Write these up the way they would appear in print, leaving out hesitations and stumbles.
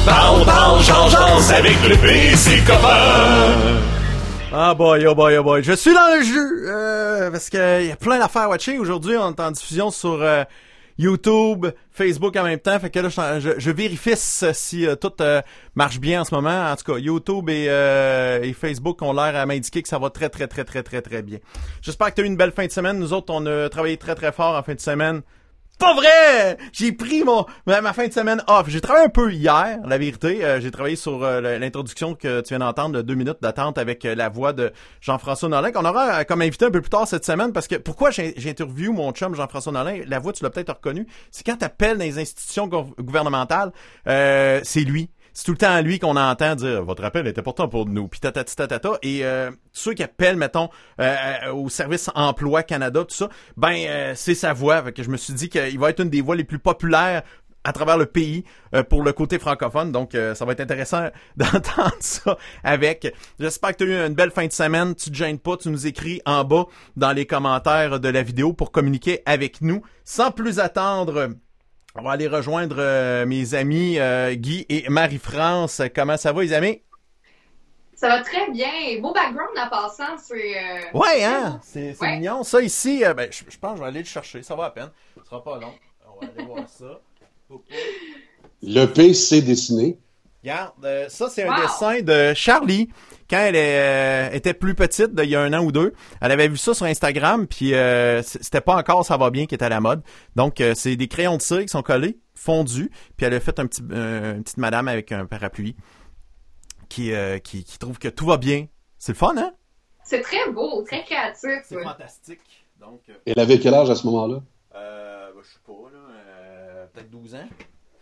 Parle, j'en avec le PC copain. Ah boy, oh boy, oh boy. Je suis dans le jeu parce que y a plein d'affaires à watcher. Aujourd'hui, on est en diffusion sur YouTube, Facebook en même temps. Fait que là, je vérifie si tout marche bien en ce moment. En tout cas, YouTube et Facebook ont l'air à m'indiquer que ça va très bien. J'espère que tu as eu une belle fin de semaine. Nous autres, on a travaillé très fort en fin de semaine. Pas vrai! J'ai pris ma fin de semaine off. J'ai travaillé un peu hier, la vérité. J'ai travaillé sur l'introduction que tu viens d'entendre de 2 minutes d'attente avec la voix de Jean-François Nolin, qu'on aura comme invité un peu plus tard cette semaine, parce que pourquoi j'ai interviewé mon chum Jean-François Nolin, la voix tu l'as peut-être reconnu, c'est quand t'appelles dans les institutions gouvernementales, c'est lui. C'est tout le temps lui qu'on entend dire « Votre appel est important pour nous », puis tatata. Et ceux qui appellent, mettons, au service Emploi Canada, tout ça, c'est sa voix. Fait que je me suis dit qu'il va être une des voix les plus populaires à travers le pays pour le côté francophone. Donc, ça va être intéressant d'entendre ça avec. J'espère que tu as eu une belle fin de semaine. Tu te gênes pas, tu nous écris en bas dans les commentaires de la vidéo pour communiquer avec nous. Sans plus attendre... On va aller rejoindre mes amis Guy et Marie-France. Comment ça va, les amis? Ça va très bien. Beau background en passant. C'est ouais, hein? C'est mignon. Ça, ici, je pense que je vais aller le chercher. Ça va à peine. Ce sera pas long. On va aller voir ça. Le P, c'est dessiné. Regarde, ça, c'est un dessin de Charlie. Quand elle était plus petite, il y a 1 an ou 2, elle avait vu ça sur Instagram, puis c'était pas encore Ça va bien qui était à la mode. Donc, c'est des crayons de cire qui sont collés, fondus, puis elle a fait une petite madame avec un parapluie qui trouve que tout va bien. C'est le fun, hein? C'est très beau, très créatif. C'est fantastique. Donc, elle avait quel âge à ce moment-là? Je sais pas, là, peut-être 12 ans.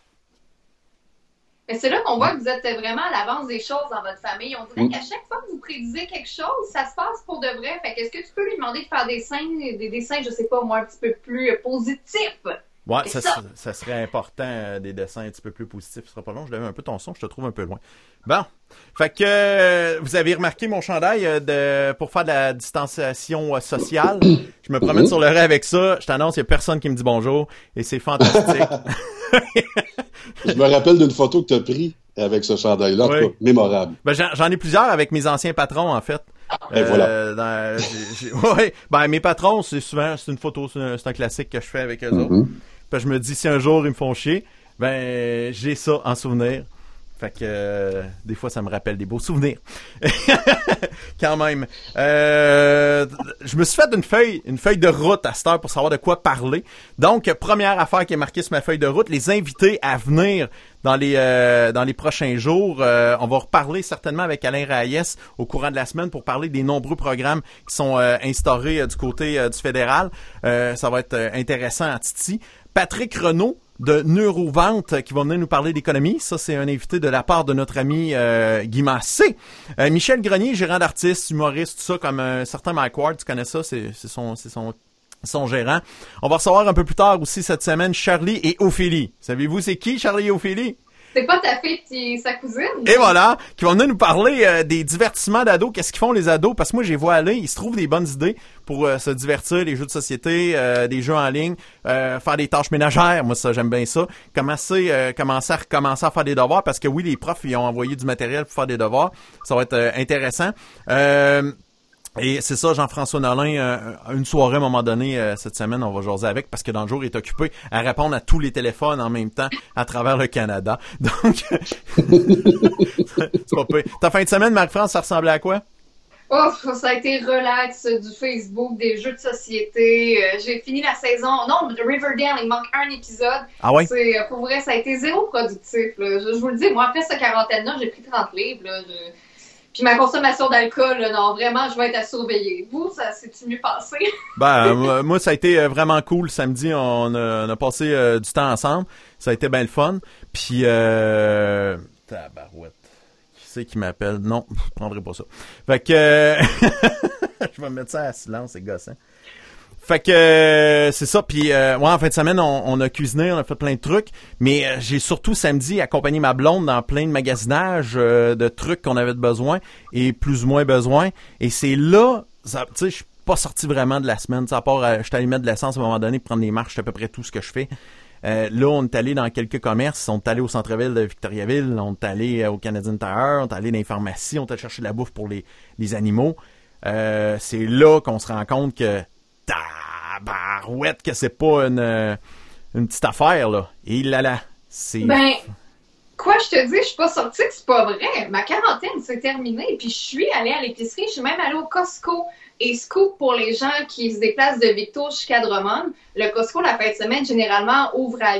Mais c'est là qu'on voit que vous êtes vraiment à l'avance des choses dans votre famille. On dirait qu'à chaque fois que vous prédisez quelque chose, ça se passe pour de vrai. Fait qu'est-ce que tu peux lui demander de faire des dessins, je sais pas, moi, un petit peu plus positifs? Ouais, ça serait important, des dessins un petit peu plus positifs. Ce sera pas long, je lève un peu ton son, je te trouve un peu loin. Bon, fait que vous avez remarqué mon chandail pour faire de la distanciation sociale. Je me promène sur le rail avec ça. Je t'annonce, il y a personne qui me dit bonjour et c'est fantastique. Je me rappelle d'une photo que tu as prise avec ce chandail-là, oui. Mémorable. J'en ai plusieurs avec mes anciens patrons, en fait. Et voilà. Mes patrons, c'est une photo, c'est un classique que je fais avec eux autres. Puis je me dis, si un jour ils me font chier, j'ai ça en souvenir. Fait que des fois, ça me rappelle des beaux souvenirs. Quand même. Je me suis fait une feuille de route à cette heure pour savoir de quoi parler. Donc, première affaire qui est marquée sur ma feuille de route, les invités à venir dans les prochains jours. On va reparler certainement avec Alain Raïs au courant de la semaine pour parler des nombreux programmes qui sont instaurés du côté du fédéral. Ça va être intéressant à Titi. Patrick Renaud de Neurovente qui va venir nous parler d'économie. Ça, c'est un invité de la part de notre ami Guy Massé. Michel Grenier, gérant d'artistes, humoriste, tout ça, comme un certain Mike Ward, tu connais ça, c'est son gérant. On va recevoir un peu plus tard aussi cette semaine Charlie et Ophélie. Savez-vous c'est qui, Charlie et Ophélie? C'est pas ta fille et sa cousine? Et voilà, qui vont venir nous parler des divertissements d'ados. Qu'est-ce qu'ils font les ados? Parce que moi, je les vois aller, ils se trouvent des bonnes idées pour se divertir, les jeux de société, des jeux en ligne, faire des tâches ménagères. Moi, ça, j'aime bien ça. Commencer à recommencer à faire des devoirs parce que oui, les profs, ils ont envoyé du matériel pour faire des devoirs. Ça va être intéressant. Et c'est ça, Jean-François Nolin, une soirée à un moment donné, cette semaine, on va jaser avec, parce que dans le jour, il est occupé à répondre à tous les téléphones en même temps à travers le Canada. Donc, c'est pas peu. Ta fin de semaine, Marie-France, ça ressemblait à quoi? Oh, ça a été relax, du Facebook, des jeux de société. J'ai fini la saison. Non, de Riverdale, il manque un épisode. Ah ouais? Pour vrai, ça a été zéro productif. Là. Je vous le dis, moi, après cette quarantaine-là, j'ai pris 30 livres. Là, Puis ma consommation d'alcool, là, non, vraiment, je vais être à surveiller. Vous, ça s'est-tu mieux passé? Moi, ça a été vraiment cool. Samedi, on a passé du temps ensemble. Ça a été bien le fun. Puis, tabarouette. Qui c'est qui m'appelle? Non, je prendrai pas ça. Fait que, je vais me mettre ça à silence, c'est gossant. Fait que c'est ça, puis en fin de semaine, on a cuisiné, on a fait plein de trucs, mais j'ai surtout samedi accompagné ma blonde dans plein de magasinage de trucs qu'on avait besoin et plus ou moins besoin. Et c'est là, tu sais, je suis pas sorti vraiment de la semaine, à part je suis allé mettre de l'essence à un moment donné, prendre des marches, c'est à peu près tout ce que je fais. Là, on est allé dans quelques commerces, on est allé au centre-ville de Victoriaville, on est allé au Canadian Tire, on est allé dans les pharmacies, on est allé chercher de la bouffe pour les animaux. C'est là qu'on se rend compte que tabarouette que c'est pas une petite affaire, là. Et là, c'est... Ben, quoi, je te dis, je suis pas sortie que c'est pas vrai. Ma quarantaine s'est terminée, puis je suis allée à l'épicerie, je suis même allée au Costco. Et scoop pour les gens qui se déplacent de Victo jusqu'à Drummond, le Costco, la fin de semaine, généralement, ouvre à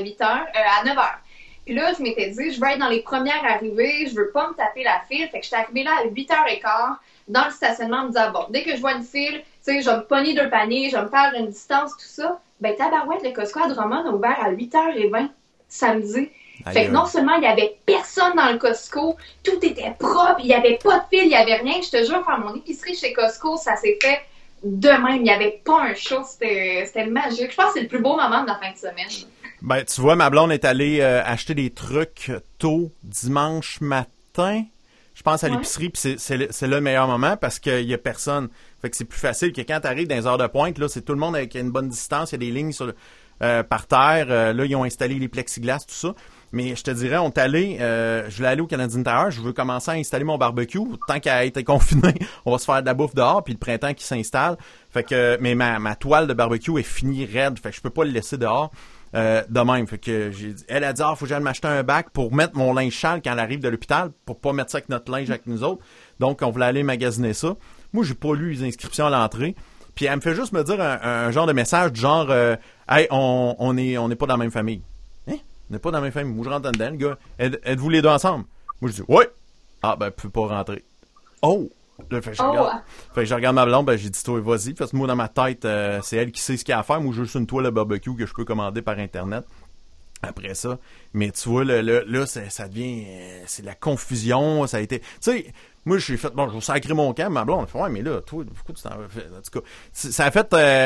9 heures. Puis là, je m'étais dit, je veux être dans les premières arrivées, je veux pas me taper la file. Fait que j'étais arrivée là à 8h15 dans le stationnement en me disant, bon, dès que je vois une file, tu sais, je vais me pogner 2 paniers, je vais me faire une distance, tout ça. Ben, tabarouette, le Costco à Drummond a ouvert à 8h20 samedi. Fait que non seulement il y avait personne dans le Costco, tout était propre, il y avait pas de fil, il y avait rien. Je te jure, faire mon épicerie chez Costco, ça s'est fait de même. Il n'y avait pas un show, c'était magique. Je pense que c'est le plus beau moment de la fin de semaine. Ben, tu vois, ma blonde est allée acheter des trucs tôt, dimanche matin, je pense à l'épicerie, puis c'est le meilleur moment parce qu'il y a personne. Fait que c'est plus facile que quand tu arrives dans les heures de pointe, là, c'est tout le monde avec une bonne distance, il y a des lignes par terre. Là, ils ont installé les plexiglas, tout ça. Mais je te dirais, on est allé, je voulais aller au Canadian Tire, je veux commencer à installer mon barbecue. Tant qu'à être confiné, on va se faire de la bouffe dehors, puis le printemps qui s'installe. Fait que, mais ma toile de barbecue est finie raide, fait que je peux pas le laisser dehors. De même, fait que elle a dit, faut que j'aille m'acheter un bac pour mettre mon linge sale quand elle arrive de l'hôpital, pour pas mettre ça avec notre linge avec nous autres. Donc, on voulait aller magasiner ça. Moi, j'ai pas lu les inscriptions à l'entrée. Puis elle me fait juste me dire un genre de message du genre, hey, on est pas dans la même famille. On n'est pas dans la même famille. Moi, je rentre dedans, le gars. Êtes-vous les deux ensemble? Moi, je dis, ouais. Ah, ben, peut pas rentrer. Oh! Là, fait que je regarde ma blonde, ben, j'ai dit, toi, vas-y. Parce que moi, dans ma tête, c'est elle qui sait ce qu'il y a à faire. Moi, j'ai juste une toile de barbecue que je peux commander par Internet. Après ça. Mais tu vois, là, ça devient, c'est la confusion. Ça a été, tu sais, moi, j'ai fait, bon, je vais sacrer mon camp. Ma blonde, elle fait, ouais, mais là, toi, pourquoi tu t'en vas faire? En tout cas, ça a fait,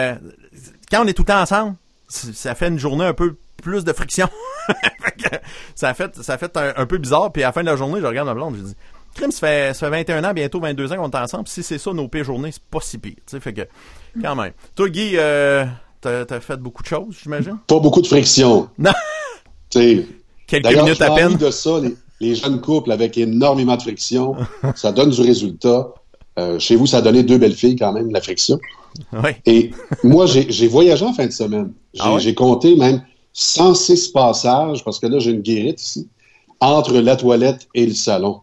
quand on est tout le temps ensemble, ça fait une journée un peu plus de friction. ça a fait un peu bizarre. Puis à la fin de la journée, je regarde ma blonde, je dis, crime, ça fait 21 ans, bientôt 22 ans qu'on est ensemble. Si c'est ça, nos pires journées, c'est pas si pire. Fait que, quand même. Toi, Guy, t'as fait beaucoup de choses, j'imagine? Pas beaucoup de friction. Non. Quelques minutes à peine. De ça, les jeunes couples avec énormément de friction, ça donne du résultat. Chez vous, ça a donné 2 belles filles quand même, la friction. Oui. Et moi, j'ai voyagé en fin de semaine. J'ai compté même 106 passages, parce que là, j'ai une guérite ici, entre la toilette et le salon.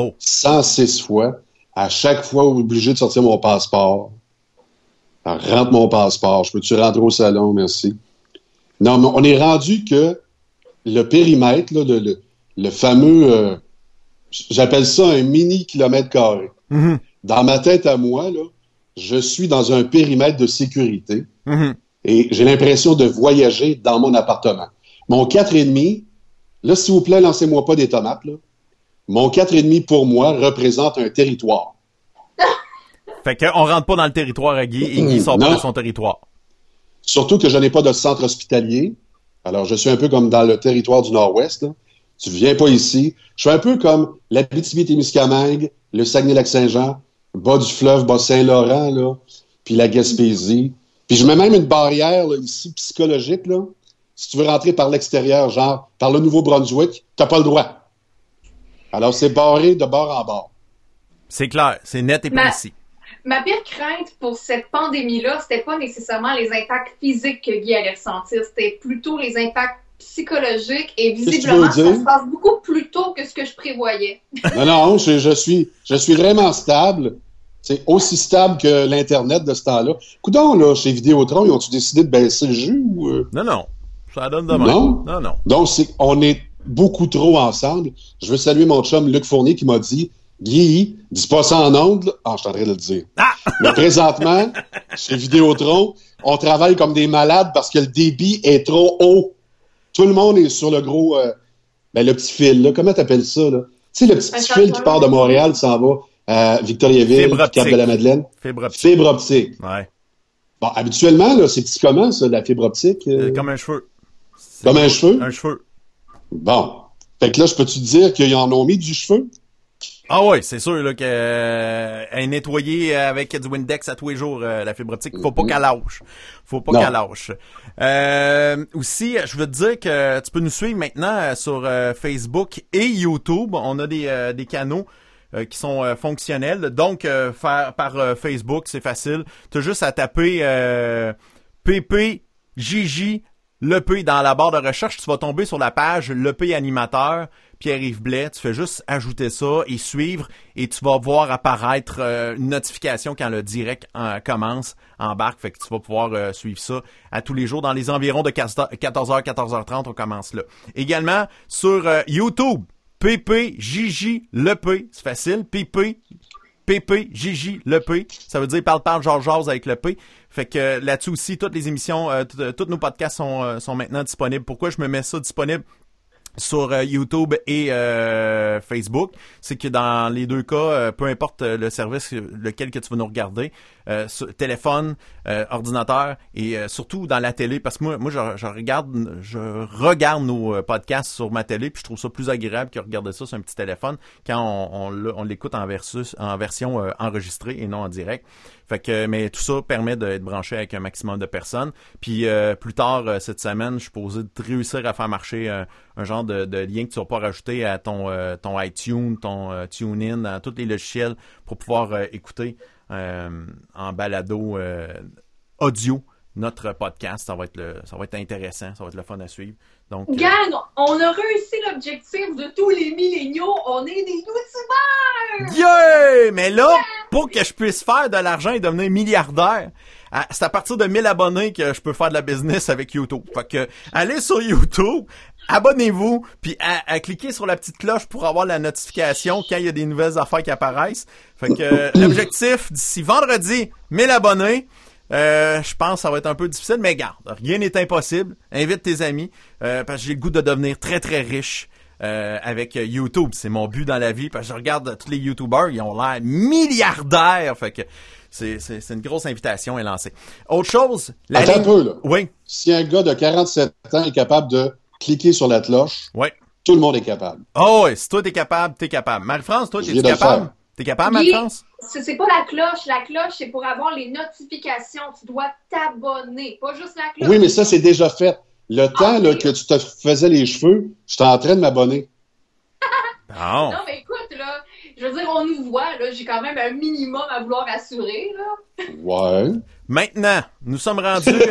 106 fois. À chaque fois, obligé de sortir mon passeport. Alors, rentre mon passeport. Je peux-tu rentrer au salon? Merci. Non, mais on est rendu que le périmètre, là, le fameux, j'appelle ça un mini kilomètre carré. Mm-hmm. Dans ma tête à moi, là, je suis dans un périmètre de sécurité. Mm-hmm. Et j'ai l'impression de voyager dans mon appartement. Mon 4,5, là, s'il vous plaît, lancez-moi pas des tomates, là. Mon 4,5, pour moi, représente un territoire. Fait qu'on rentre pas dans le territoire à Guy, et Guy sort pas de son territoire. Surtout que je n'ai pas de centre hospitalier. Alors, je suis un peu comme dans le territoire du Nord-Ouest, là. Tu viens pas ici. Je suis un peu comme l'Abitibi-Témiscamingue, le Saguenay-Lac-Saint-Jean, bas du fleuve, bas Saint-Laurent, là, puis la Gaspésie. Puis je mets même une barrière là, ici, psychologique. Là. Si tu veux rentrer par l'extérieur, genre par le Nouveau-Brunswick, t'as pas le droit. Alors c'est barré de bord en bord. C'est clair, c'est net et précis. Ma pire crainte pour cette pandémie-là, c'était pas nécessairement les impacts physiques que Guy allait ressentir, c'était plutôt les impacts psychologiques et visiblement ça se passe beaucoup plus tôt que ce que je prévoyais. Non, je suis vraiment stable. C'est aussi stable que l'Internet de ce temps-là. Coudonc, là, chez Vidéotron, ils ont-tu décidé de baisser le jus ou... Non. Ça donne de même. Non. Donc, on est beaucoup trop ensemble. Je veux saluer mon chum Luc Fournier qui m'a dit, Guy, dis pas ça en ondes. Ah, je suis en train de le dire. Ah! Mais présentement, chez Vidéotron, on travaille comme des malades parce que le débit est trop haut. Tout le monde est sur le gros... le petit fil, là. Comment t'appelles ça, là? Tu sais, le petit fil qui part de Montréal, s'en va à Victoriaville, Cap-de-la-Madeleine. Fibre optique. Ouais. Bon, habituellement, là, c'est petit comment, ça, la fibre optique? Comme un cheveu. Comme un cheveu? Un cheveu. Bon. Fait que là, je peux-tu te dire qu'ils en ont mis du cheveu? Ah ouais, c'est sûr là qu'elle est nettoyée avec du Windex à tous les jours, la fibre optique. Faut pas qu'elle lâche. Faut pas qu'elle lâche. Aussi, je veux te dire que tu peux nous suivre maintenant sur Facebook et YouTube. On a des canaux qui sont fonctionnels. Donc, faire par Facebook, c'est facile. T'as juste à taper PPJJ Lepé dans la barre de recherche. Tu vas tomber sur la page Lepé animateur. Pierre-Yves Blais, tu fais juste ajouter ça et suivre et tu vas voir apparaître une notification quand le direct embarque. Fait que tu vas pouvoir suivre ça à tous les jours dans les environs de 14h, 14h30. On commence là. Également sur YouTube, PPJJ Lepé. C'est facile. PPJJ Lepé. Ça veut dire parle Georges avec le P. Fait que là-dessus aussi, toutes les émissions, tous nos podcasts sont maintenant disponibles. Pourquoi je me mets ça disponible sur YouTube et Facebook, c'est que dans les deux cas, peu importe le service lequel que tu vas nous regarder, téléphone, ordinateur et surtout dans la télé, parce que moi je regarde nos podcasts sur ma télé puis je trouve ça plus agréable que regarder ça sur un petit téléphone quand on l'écoute en version enregistrée et non en direct. Fait que, mais tout ça permet d'être branché avec un maximum de personnes. Puis plus tard cette semaine, je suis posé de réussir à faire marcher un genre de lien que tu vas pas rajouter à ton iTunes, ton TuneIn, à tous les logiciels pour pouvoir écouter en balado audio notre podcast. Ça va être intéressant, ça va être le fun à suivre. Donc, Gang, on a réussi l'objectif de tous les milléniaux. On est des youtubeurs! Yeah! Mais là, pour que je puisse faire de l'argent et devenir milliardaire, c'est à partir de 1000 abonnés que je peux faire de la business avec YouTube. Fait que, allez sur YouTube, abonnez-vous, puis à cliquer sur la petite cloche pour avoir la notification quand il y a des nouvelles affaires qui apparaissent. Fait que, l'objectif, d'ici vendredi, 1000 abonnés. Je pense que ça va être un peu difficile, mais garde, rien n'est impossible. Invite tes amis, parce que j'ai le goût de devenir très très riche avec YouTube. C'est mon but dans la vie, parce que je regarde tous les YouTubers, ils ont l'air milliardaires. Fait que c'est une grosse invitation est lancée. Autre chose, Attends un peu, là. Oui. Si un gars de 47 ans est capable de cliquer sur la cloche, oui, tout le monde est capable. Oh oui, si toi t'es capable, t'es capable. Marie-France, toi, t'es capable? T'es capable, Marie-France? C'est pas la cloche. La cloche, c'est pour avoir les notifications. Tu dois t'abonner, pas juste la cloche. Oui, mais ça, c'est déjà fait. Le temps là, que tu te faisais les cheveux, j'étais en train de m'abonner. Non, mais écoute, là, je veux dire, on nous voit, là, j'ai quand même un minimum à vouloir assurer, là. Ouais. Maintenant, nous sommes rendus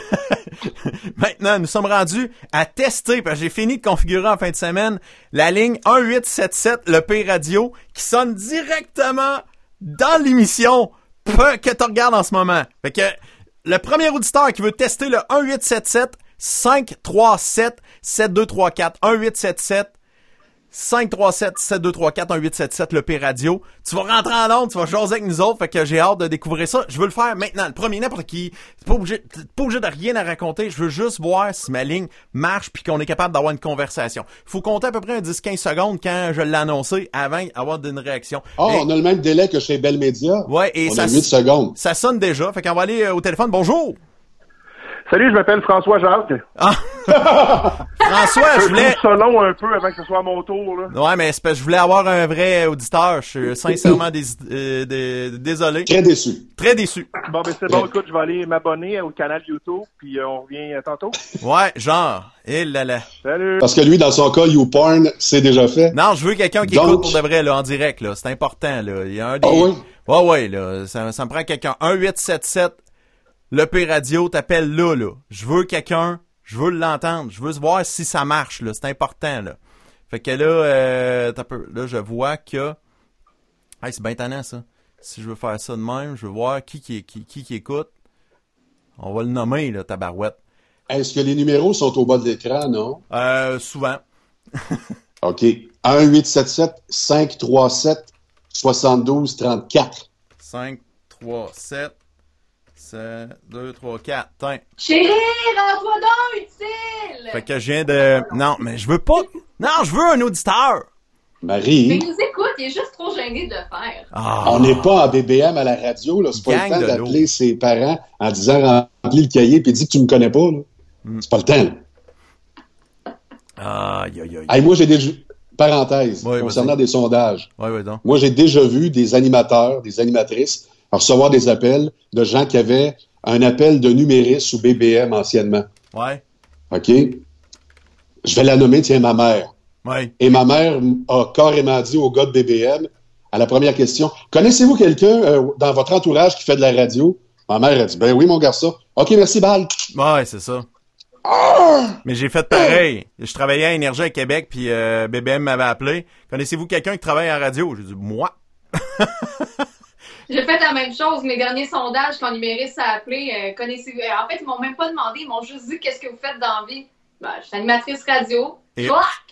à tester, parce que j'ai fini de configurer en fin de semaine la ligne 1877 le P Radio qui sonne directement dans l'émission que tu regardes en ce moment. Fait que le premier auditeur qui veut tester le 1877 537 7234 1877 537-7234 1877 le P Radio. Tu vas rentrer en onde, tu vas jaser avec nous autres, fait que j'ai hâte de découvrir ça. Je veux le faire maintenant. Le premier, n'importe qui, t'es pas obligé de rien à raconter. Je veux juste voir si ma ligne marche puis qu'on est capable d'avoir une conversation. Faut compter à peu près un 10-15 secondes quand je l'ai annoncé avant d'avoir une réaction. On a le même délai que chez Bell Media. Ouais, et on a 8 secondes. Ça sonne déjà. Fait qu'on va aller au téléphone. Bonjour! Salut, je m'appelle François Jacques. Ah. François, je voulais... Je trouve ça long un peu avant que ce soit à mon tour, là. Ouais, mais c'est parce que je voulais avoir un vrai auditeur. Je suis sincèrement désolé. Très déçu. Très déçu. Bon, ben c'est bon, écoute, je vais aller m'abonner au canal YouTube, puis on revient tantôt. Ouais, genre. Eh là là. Salut. Parce que lui, dans son cas, YouPorn, c'est déjà fait. Non, je veux quelqu'un qui écoute pour de vrai, là, en direct, là. C'est important, là. Il y a un des... Ah oui? Ouais, là. Ça me prend quelqu'un. 1877 le P Radio, t'appelles là. Je veux quelqu'un, je veux l'entendre, je veux voir si ça marche, là. C'est important, là. Fait que là, là, je vois que... Hey, c'est bien tannant, ça. Si je veux faire ça de même, je veux voir qui écoute. On va le nommer, là, tabarouette. Est-ce que les numéros sont au bas de l'écran, non? Souvent. OK. 1-877-537-7234. 537... 2, 3, 4, tiens. Chérie, rends-toi donc utile! Fait que je viens de... Non, mais je veux pas... Non, je veux un auditeur! Marie... Mais il nous écoute, il est juste trop gêné de le faire. Ah. On n'est pas en BBM à la radio, là. C'est pas le temps d'appeler ses parents en disant « Remplis le cahier » puis dis que tu me connais pas, là. C'est pas le temps, là. Aïe. Hey, moi, j'ai parenthèse, concernant des sondages. Oui, donc. Moi, j'ai déjà vu des animateurs, des animatrices recevoir des appels de gens qui avaient un appel de Numéris ou BBM anciennement. Ouais. OK? Je vais la nommer, tiens, ma mère. Ouais. Et ma mère a carrément dit au gars de BBM, à la première question, connaissez-vous quelqu'un dans votre entourage qui fait de la radio? Ma mère a dit, ben oui, mon garçon. OK, merci, bye. Ouais, c'est ça. Mais j'ai fait pareil. Je travaillais à Énergie à Québec, puis BBM m'avait appelé. Connaissez-vous quelqu'un qui travaille en radio? J'ai dit, moi. J'ai fait la même chose. Mes derniers sondages, quand Numéris a appelé, connaissez-vous... En fait, ils m'ont même pas demandé. Ils m'ont juste dit, qu'est-ce que vous faites dans la vie? Ben, je suis animatrice radio. Et...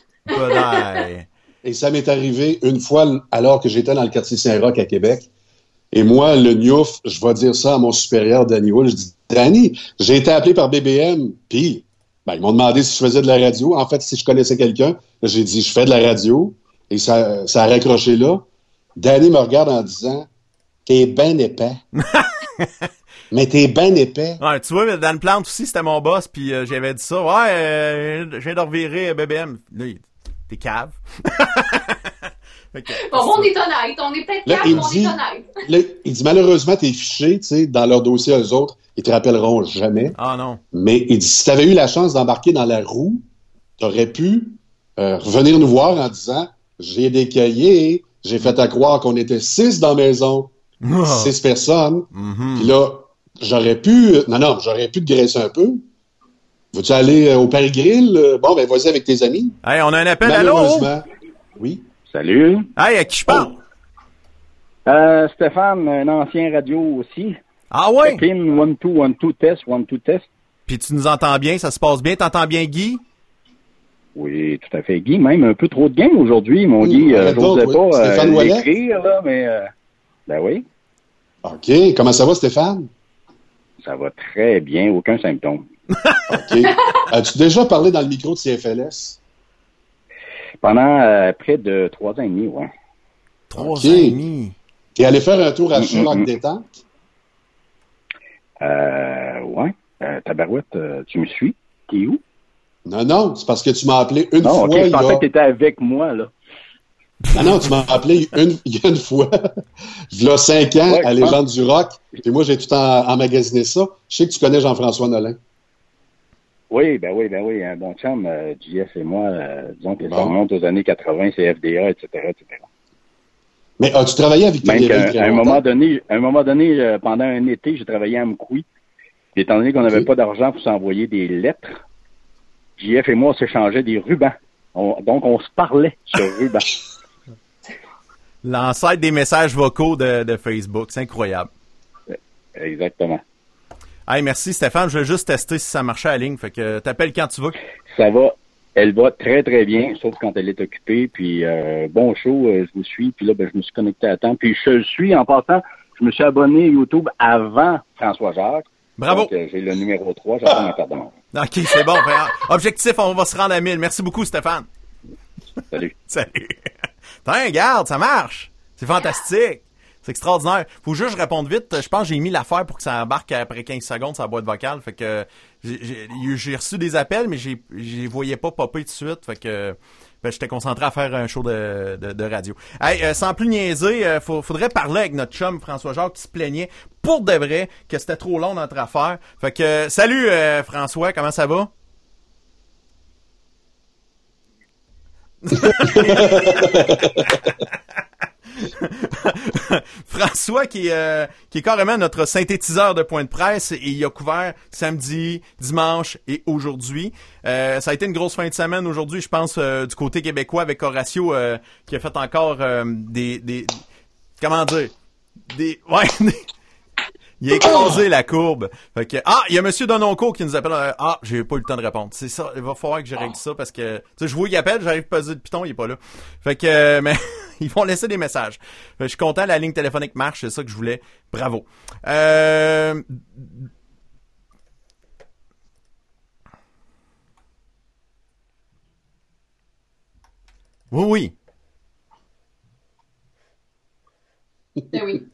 Et ça m'est arrivé une fois, alors que j'étais dans le quartier Saint-Roch à Québec. Et moi, le gnouf, je vais dire ça à mon supérieur, Danny Wood. Je dis, Danny, j'ai été appelé par BBM, puis ils m'ont demandé si je faisais de la radio. En fait, si je connaissais quelqu'un, j'ai dit, je fais de la radio. Et ça a raccroché là. Danny me regarde en disant, t'es ben épais. Mais t'es ben épais. Ouais, tu vois, Dan Plante aussi, c'était mon boss, puis j'avais dit ça. Ouais, je viens de revirer BBM. Là, t'es cave. Bon, on est honnête. On est peut-être cave, mais on est honnête. Là, il dit, malheureusement, tes fichiers, tu sais, dans leur dossier, eux autres, ils te rappelleront jamais. Ah non. Mais il dit, si t'avais eu la chance d'embarquer dans la roue, t'aurais pu revenir nous voir en disant, j'ai des cahiers, j'ai fait à croire qu'on était 6 dans la maison. 6 personnes. Mm-hmm. Puis là, j'aurais pu te graisser un peu. Veux-tu aller au Paris Grill? Bon, ben, vas-y avec tes amis. Hey, on a un appel, malheureusement, allô? Oui. Salut. Hey, à qui je parle? Stéphane, un ancien radio aussi. Ah ouais? Pin, 1, 2, 1, 2, test, 1, 2, test. Puis tu nous entends bien, ça se passe bien. T'entends bien Guy? Oui, tout à fait. Guy, même un peu trop de gain aujourd'hui. Mon Guy, j'osais pas l'écrire, là, mais ben oui. OK. Comment ça va, Stéphane? Ça va très bien, aucun symptôme. OK. As-tu déjà parlé dans le micro de CFLS? Pendant près de 3 ans et demi, ouais. 3 ans et demi. T'es allé faire un tour à Sherlock Détente? Ouais. Tabarouette, tu me suis? T'es où? Non, c'est parce que tu m'as appelé une fois. Non, OK, je pensais que t'étais avec moi, là. Non, tu m'as appelé il y a une fois, il y a 5 ans, à Légende du Rock, puis moi, j'ai tout emmagasiné ça. Je sais que tu connais Jean-François Nolin. Oui, ben oui, un bon chum, JF et moi, disons que ça remonte aux années 80, c'est FDA, etc., etc. Mais as-tu travaillé avec Même qu'à un moment donné, pendant un été, j'ai travaillé à Mkoui. Étant donné qu'on n'avait pas d'argent pour s'envoyer des lettres, JF et moi, on s'échangeait des rubans. Donc, on se parlait sur ruban. L'ancêtre des messages vocaux de Facebook. C'est incroyable. Exactement. Hey, merci Stéphane. Je vais juste tester si ça marchait à la ligne. Fait que t'appelles quand tu veux. Ça va. Elle va très, très bien, sauf quand elle est occupée. Puis, bon show, je vous suis. Puis là, ben, je me suis connecté à temps. Puis, je suis, en passant, je me suis abonné à YouTube avant François Jacques. Bravo. Donc, j'ai le numéro 3, j'attends ma carte de membre. OK, c'est bon. Objectif, on va se rendre à 1000. Merci beaucoup, Stéphane. Salut. Salut. Tiens, regarde, ça marche. C'est fantastique. C'est extraordinaire. Faut juste que je réponde vite. Je pense que j'ai mis l'affaire pour que ça embarque après 15 secondes sur la boîte vocale. Fait que j'ai reçu des appels, mais je les voyais pas popper tout de suite. Fait que j'étais concentré à faire un show de radio. Hey, sans plus niaiser, faudrait parler avec notre chum François-Jacques qui se plaignait pour de vrai que c'était trop long notre affaire. Fait que salut François, comment ça va? François qui est carrément notre synthétiseur de point de presse et il a couvert samedi, dimanche et aujourd'hui. Ça a été une grosse fin de semaine aujourd'hui, je pense, du côté québécois avec Horatio qui a fait encore des comment dire il a écrasé la courbe. Fait que, il y a Monsieur Dononco qui nous appelle. J'ai pas eu le temps de répondre. C'est ça, il va falloir que je règle ça parce que, tu sais, je vois qu'il appelle, j'arrive pas à poser le piton, il est pas là. Fait que, mais, ils vont laisser des messages. Je suis content, la ligne téléphonique marche, c'est ça que je voulais. Bravo. Oui. Ben oui.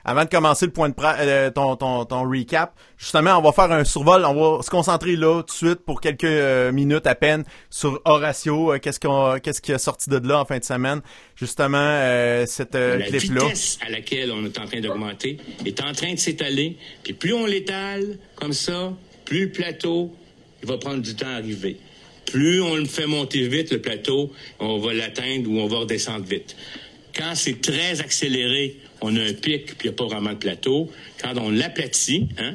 avant de commencer le point de ton recap, justement, on va faire un survol, on va se concentrer là tout de suite pour quelques minutes à peine sur Horatio, qu'est-ce qui a sorti de là en fin de semaine, justement cette clip-là. La vitesse à laquelle on est en train d'augmenter est en train de s'étaler, puis plus on l'étale comme ça, plus le plateau, il va prendre du temps à arriver. Plus on le fait monter vite, le plateau, on va l'atteindre ou on va redescendre vite. Quand c'est très accéléré, on a un pic, puis il n'y a pas vraiment de plateau. Quand on l'aplatit, là,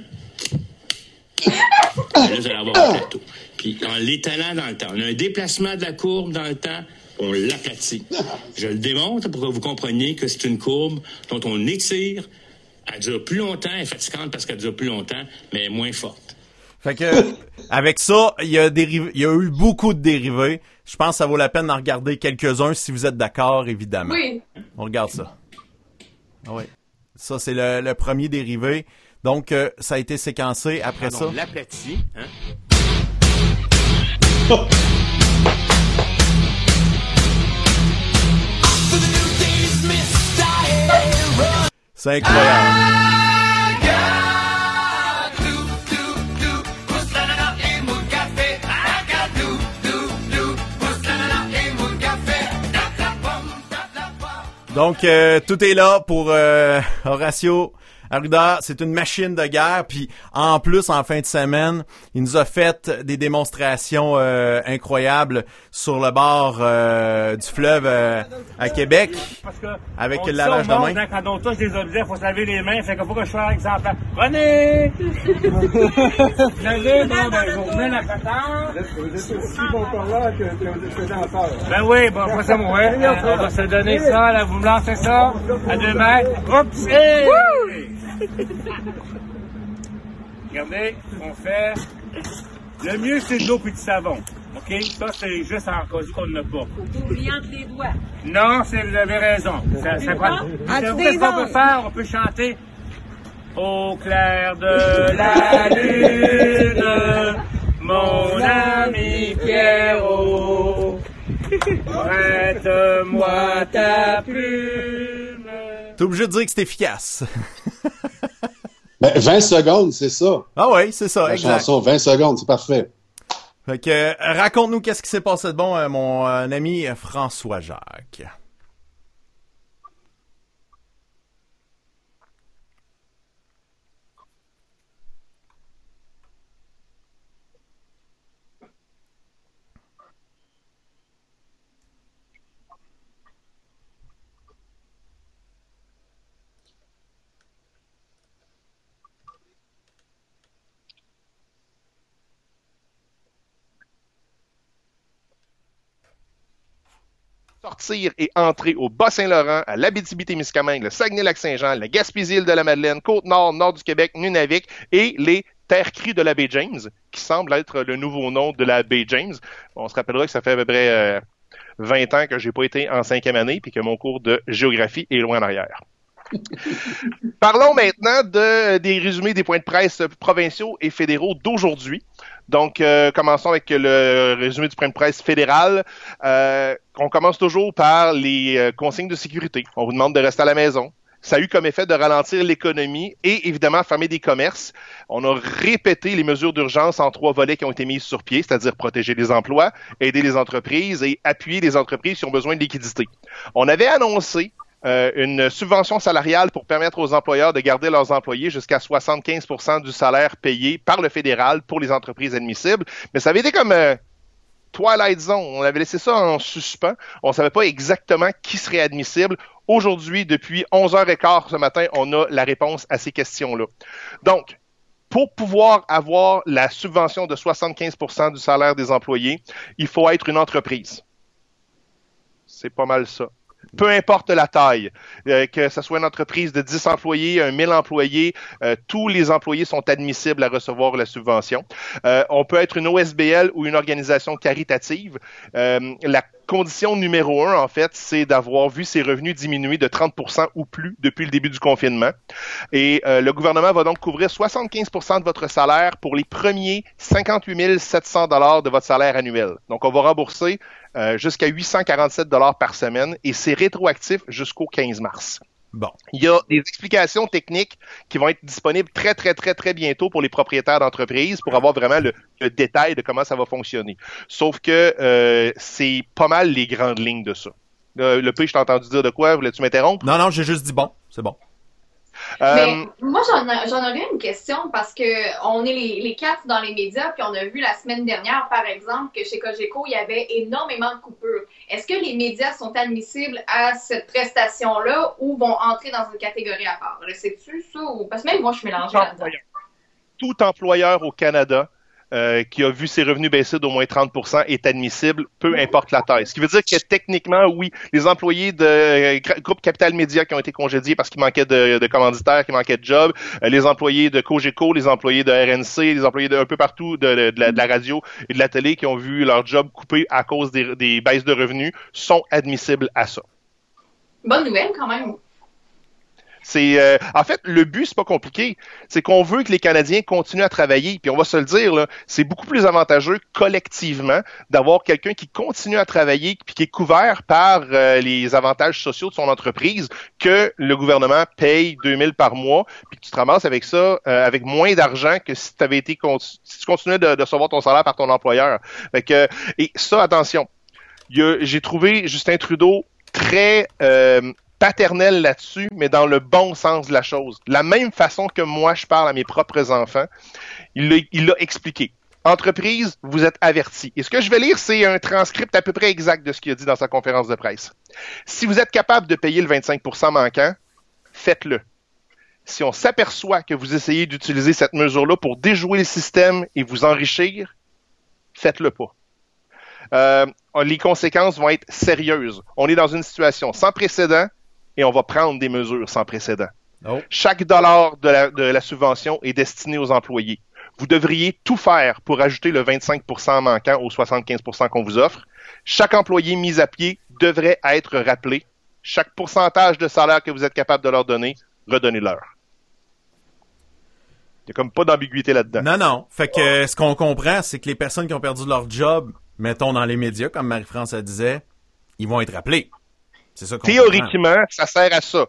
vous allez avoir un plateau. Puis en l'étalant dans le temps, on a un déplacement de la courbe dans le temps, on l'aplatit. Je le démontre pour que vous compreniez que c'est une courbe dont on étire. Elle dure plus longtemps, elle est fatigante parce qu'elle dure plus longtemps, mais elle est moins forte. Fait que, avec ça, il y a eu beaucoup de dérivés. Je pense que ça vaut la peine d'en regarder quelques-uns si vous êtes d'accord, évidemment. Oui. On regarde ça. Ah oui. Ça, c'est le premier dérivé. Donc, ça a été séquencé après ça. On l'aplatit, hein? C'est incroyable. Donc, tout est là pour Horatio Arruda. C'est une machine de guerre. Puis, en plus, en fin de semaine, il nous a fait des démonstrations incroyables sur le bord du fleuve à Québec, avec le lavage de main. Quand on touche des objets, il faut se laver les mains. Fait qu'il faut que je fasse exemplaire. Prenez! Levez, bon, ben, je vous remets la patente. Vous êtes aussi bon par là que sédentaire. Ben oui, bon, pas ça, moi. On va se donner ça, là. Vous me lancez ça à 2 mètres. Oups! Hey! Regardez, on fait. Le mieux, c'est de l'eau puis du savon. OK? Ça, c'est juste en cas où qu'on n'a pas. Oubliez entre les doigts. Non, vous avez raison. Ça prend. Vous savez ce qu'on peut faire? On peut chanter. Au clair de la lune, mon ami Pierrot, prête-moi ta plume. T'es obligé de dire que c'est efficace. Ben, 20 secondes, c'est ça. Ah oui, c'est ça, la exact. chanson, 20 secondes, c'est parfait. Fait que, raconte-nous qu'est-ce qui s'est passé de bon, mon ami François Jacques. Sortir et entrer au Bas-Saint-Laurent, à l'Abitibi-Témiscamingue, le Saguenay-Lac-Saint-Jean, la Gaspésie-Île-de-la-Madeleine, Côte-Nord, nord du Québec, Nunavik et les terres crues de la baie James, qui semble être le nouveau nom de la baie James. On se rappellera que ça fait à peu près 20 ans que j'ai pas été en 5e année puis que mon cours de géographie est loin en arrière. Parlons maintenant des résumés des points de presse provinciaux et fédéraux d'aujourd'hui. Donc, commençons avec le résumé du point de presse fédéral. On commence toujours par les consignes de sécurité. On vous demande de rester à la maison. Ça a eu comme effet de ralentir l'économie et évidemment fermer des commerces. On a répété les mesures d'urgence en 3 volets qui ont été mises sur pied, c'est-à-dire protéger les emplois, aider les entreprises et appuyer les entreprises qui ont besoin de liquidité. On avait annoncé une subvention salariale pour permettre aux employeurs de garder leurs employés jusqu'à 75% du salaire payé par le fédéral pour les entreprises admissibles. Mais ça avait été comme Twilight Zone. On avait laissé ça en suspens. On ne savait pas exactement qui serait admissible. Aujourd'hui, depuis 11h15 ce matin, on a la réponse à ces questions-là. Donc, pour pouvoir avoir la subvention de 75% du salaire des employés, il faut être une entreprise. C'est pas mal ça. Peu importe la taille, que ce soit une entreprise de 10 employés, 1000 employés, tous les employés sont admissibles à recevoir la subvention. On peut être une OSBL ou une organisation caritative. La condition numéro 1, en fait, c'est d'avoir vu ses revenus diminuer de 30% ou plus depuis le début du confinement. Et le gouvernement va donc couvrir 75% de votre salaire pour les premiers 58 700 $ de votre salaire annuel. Donc, on va rembourser jusqu'à 847 $ par semaine et c'est rétroactif jusqu'au 15 mars. Bon. Il y a des explications techniques qui vont être disponibles très, très, très, très bientôt pour les propriétaires d'entreprises pour avoir vraiment le détail de comment ça va fonctionner. Sauf que c'est pas mal les grandes lignes de ça. Le P, je t'ai entendu dire de quoi? Voulais-tu m'interrompre? Non, j'ai juste dit bon. C'est bon. Mais moi, j'en aurais une question parce que on est les quatre dans les médias, puis on a vu la semaine dernière, par exemple, que chez Cogeco, il y avait énormément de coupures. Est-ce que les médias sont admissibles à cette prestation-là ou vont entrer dans une catégorie à part? Le sais-tu, ça? Ou... Parce que même moi, je suis mélangée là-dedans. Tout employeur au Canada qui a vu ses revenus baisser d'au moins 30% est admissible, peu importe la taille. Ce qui veut dire que techniquement, oui, les employés de Groupe Capital Média qui ont été congédiés parce qu'il manquait de commanditaires, qu'il manquait de jobs, les employés de Cogeco, les employés de RNC, les employés d'un peu partout de la radio et de la télé qui ont vu leur job coupé à cause des baisses de revenus sont admissibles à ça. Bonne nouvelle quand même. En fait, le but, c'est pas compliqué. C'est qu'on veut que les Canadiens continuent à travailler. Puis on va se le dire, là, c'est beaucoup plus avantageux collectivement d'avoir quelqu'un qui continue à travailler puis qui est couvert par les avantages sociaux de son entreprise que le gouvernement paye 2000 par mois puis que tu te ramasses avec ça, avec moins d'argent que si tu continuais de recevoir ton salaire par ton employeur. Fait que, et ça, attention, j'ai trouvé Justin Trudeau très paternel là-dessus, mais dans le bon sens de la chose. De la même façon que moi, je parle à mes propres enfants, il l'a expliqué. Entreprise, vous êtes avertis. Et ce que je vais lire, c'est un transcript à peu près exact de ce qu'il a dit dans sa conférence de presse. Si vous êtes capable de payer le 25% manquant, faites-le. Si on s'aperçoit que vous essayez d'utiliser cette mesure-là pour déjouer le système et vous enrichir, faites-le pas. Les conséquences vont être sérieuses. On est dans une situation sans précédent et on va prendre des mesures sans précédent. Oh. Chaque dollar de la subvention est destiné aux employés. Vous devriez tout faire pour ajouter le 25% manquant aux 75% qu'on vous offre. Chaque employé mis à pied devrait être rappelé. Chaque pourcentage de salaire que vous êtes capable de leur donner, redonnez-leur. Il n'y a comme pas d'ambiguïté là-dedans. Non. Fait que ce qu'on comprend, c'est que les personnes qui ont perdu leur job, mettons dans les médias, comme Marie-France a disait, ils vont être rappelés. C'est ça qu'on théoriquement, comprend. Ça sert à ça.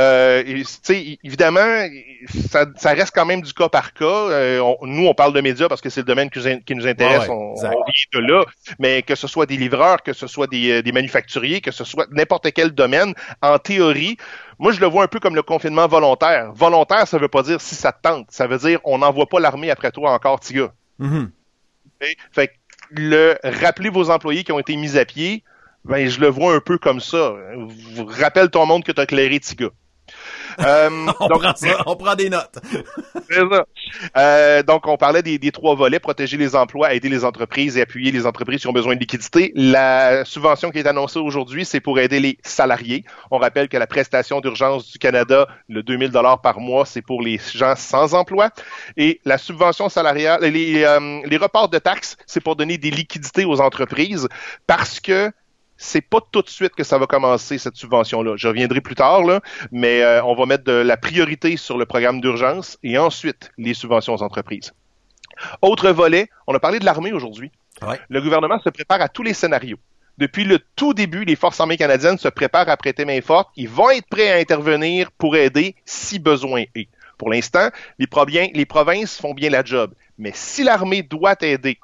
Évidemment, ça reste quand même du cas par cas. Nous, on parle de médias parce que c'est le domaine qui nous intéresse. On vient de là. Mais que ce soit des livreurs, que ce soit des manufacturiers, que ce soit n'importe quel domaine, en théorie, moi, je le vois un peu comme le confinement volontaire. Volontaire, ça veut pas dire si ça te tente. Ça veut dire on n'envoie pas l'armée après toi encore, petit gars. Mm-hmm. Fait que rappelez vos employés qui ont été mis à pied. Ben, je le vois un peu comme ça. Rappelle ton monde que t'as éclairé, petit gars. On prend des notes. C'est ça. Donc, on parlait des trois volets, protéger les emplois, aider les entreprises et appuyer les entreprises qui ont besoin de liquidité. La subvention qui est annoncée aujourd'hui, c'est pour aider les salariés. On rappelle que la prestation d'urgence du Canada, le 2000 $ par mois, c'est pour les gens sans emploi. Et la subvention salariale, les reports de taxes, c'est pour donner des liquidités aux entreprises parce que c'est pas tout de suite que ça va commencer, cette subvention-là. Je reviendrai plus tard, là, mais on va mettre de la priorité sur le programme d'urgence et ensuite les subventions aux entreprises. Autre volet, on a parlé de l'armée aujourd'hui. Ouais. Le gouvernement se prépare à tous les scénarios. Depuis le tout début, les Forces armées canadiennes se préparent à prêter main forte. Ils vont être prêts à intervenir pour aider si besoin est. Pour l'instant, les provinces font bien la job. Mais si l'armée doit aider,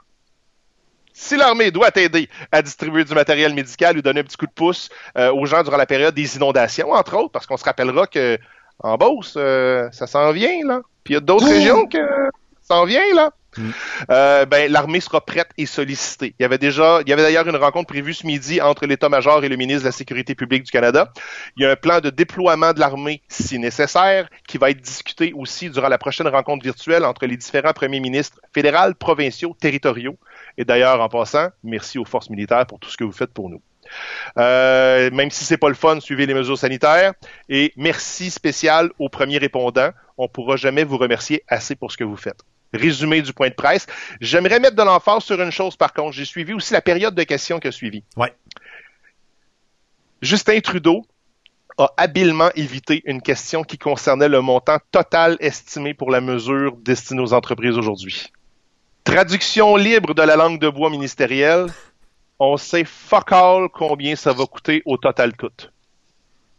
à distribuer du matériel médical ou donner un petit coup de pouce aux gens durant la période des inondations, entre autres, parce qu'on se rappellera que en Beauce, ça s'en vient, là. Puis il y a d'autres régions que ça s'en vient, là. L'armée sera prête et sollicitée. Il y avait d'ailleurs une rencontre prévue ce midi entre l'état-major et le ministre de la Sécurité publique du Canada. Il y a un plan de déploiement de l'armée, si nécessaire, qui va être discuté aussi durant la prochaine rencontre virtuelle entre les différents premiers ministres fédéraux, provinciaux, territoriaux. Et d'ailleurs, en passant, merci aux forces militaires pour tout ce que vous faites pour nous. Même si c'est pas le fun, suivez les mesures sanitaires. Et merci spécial aux premiers répondants. On pourra jamais vous remercier assez pour ce que vous faites. Résumé du point de presse. J'aimerais mettre de l'emphase sur une chose, par contre. J'ai suivi aussi la période de questions qui a suivi. Ouais. Justin Trudeau a habilement évité une question qui concernait le montant total estimé pour la mesure destinée aux entreprises aujourd'hui. Traduction libre de la langue de bois ministérielle, on sait fuck all combien ça va coûter au total tout.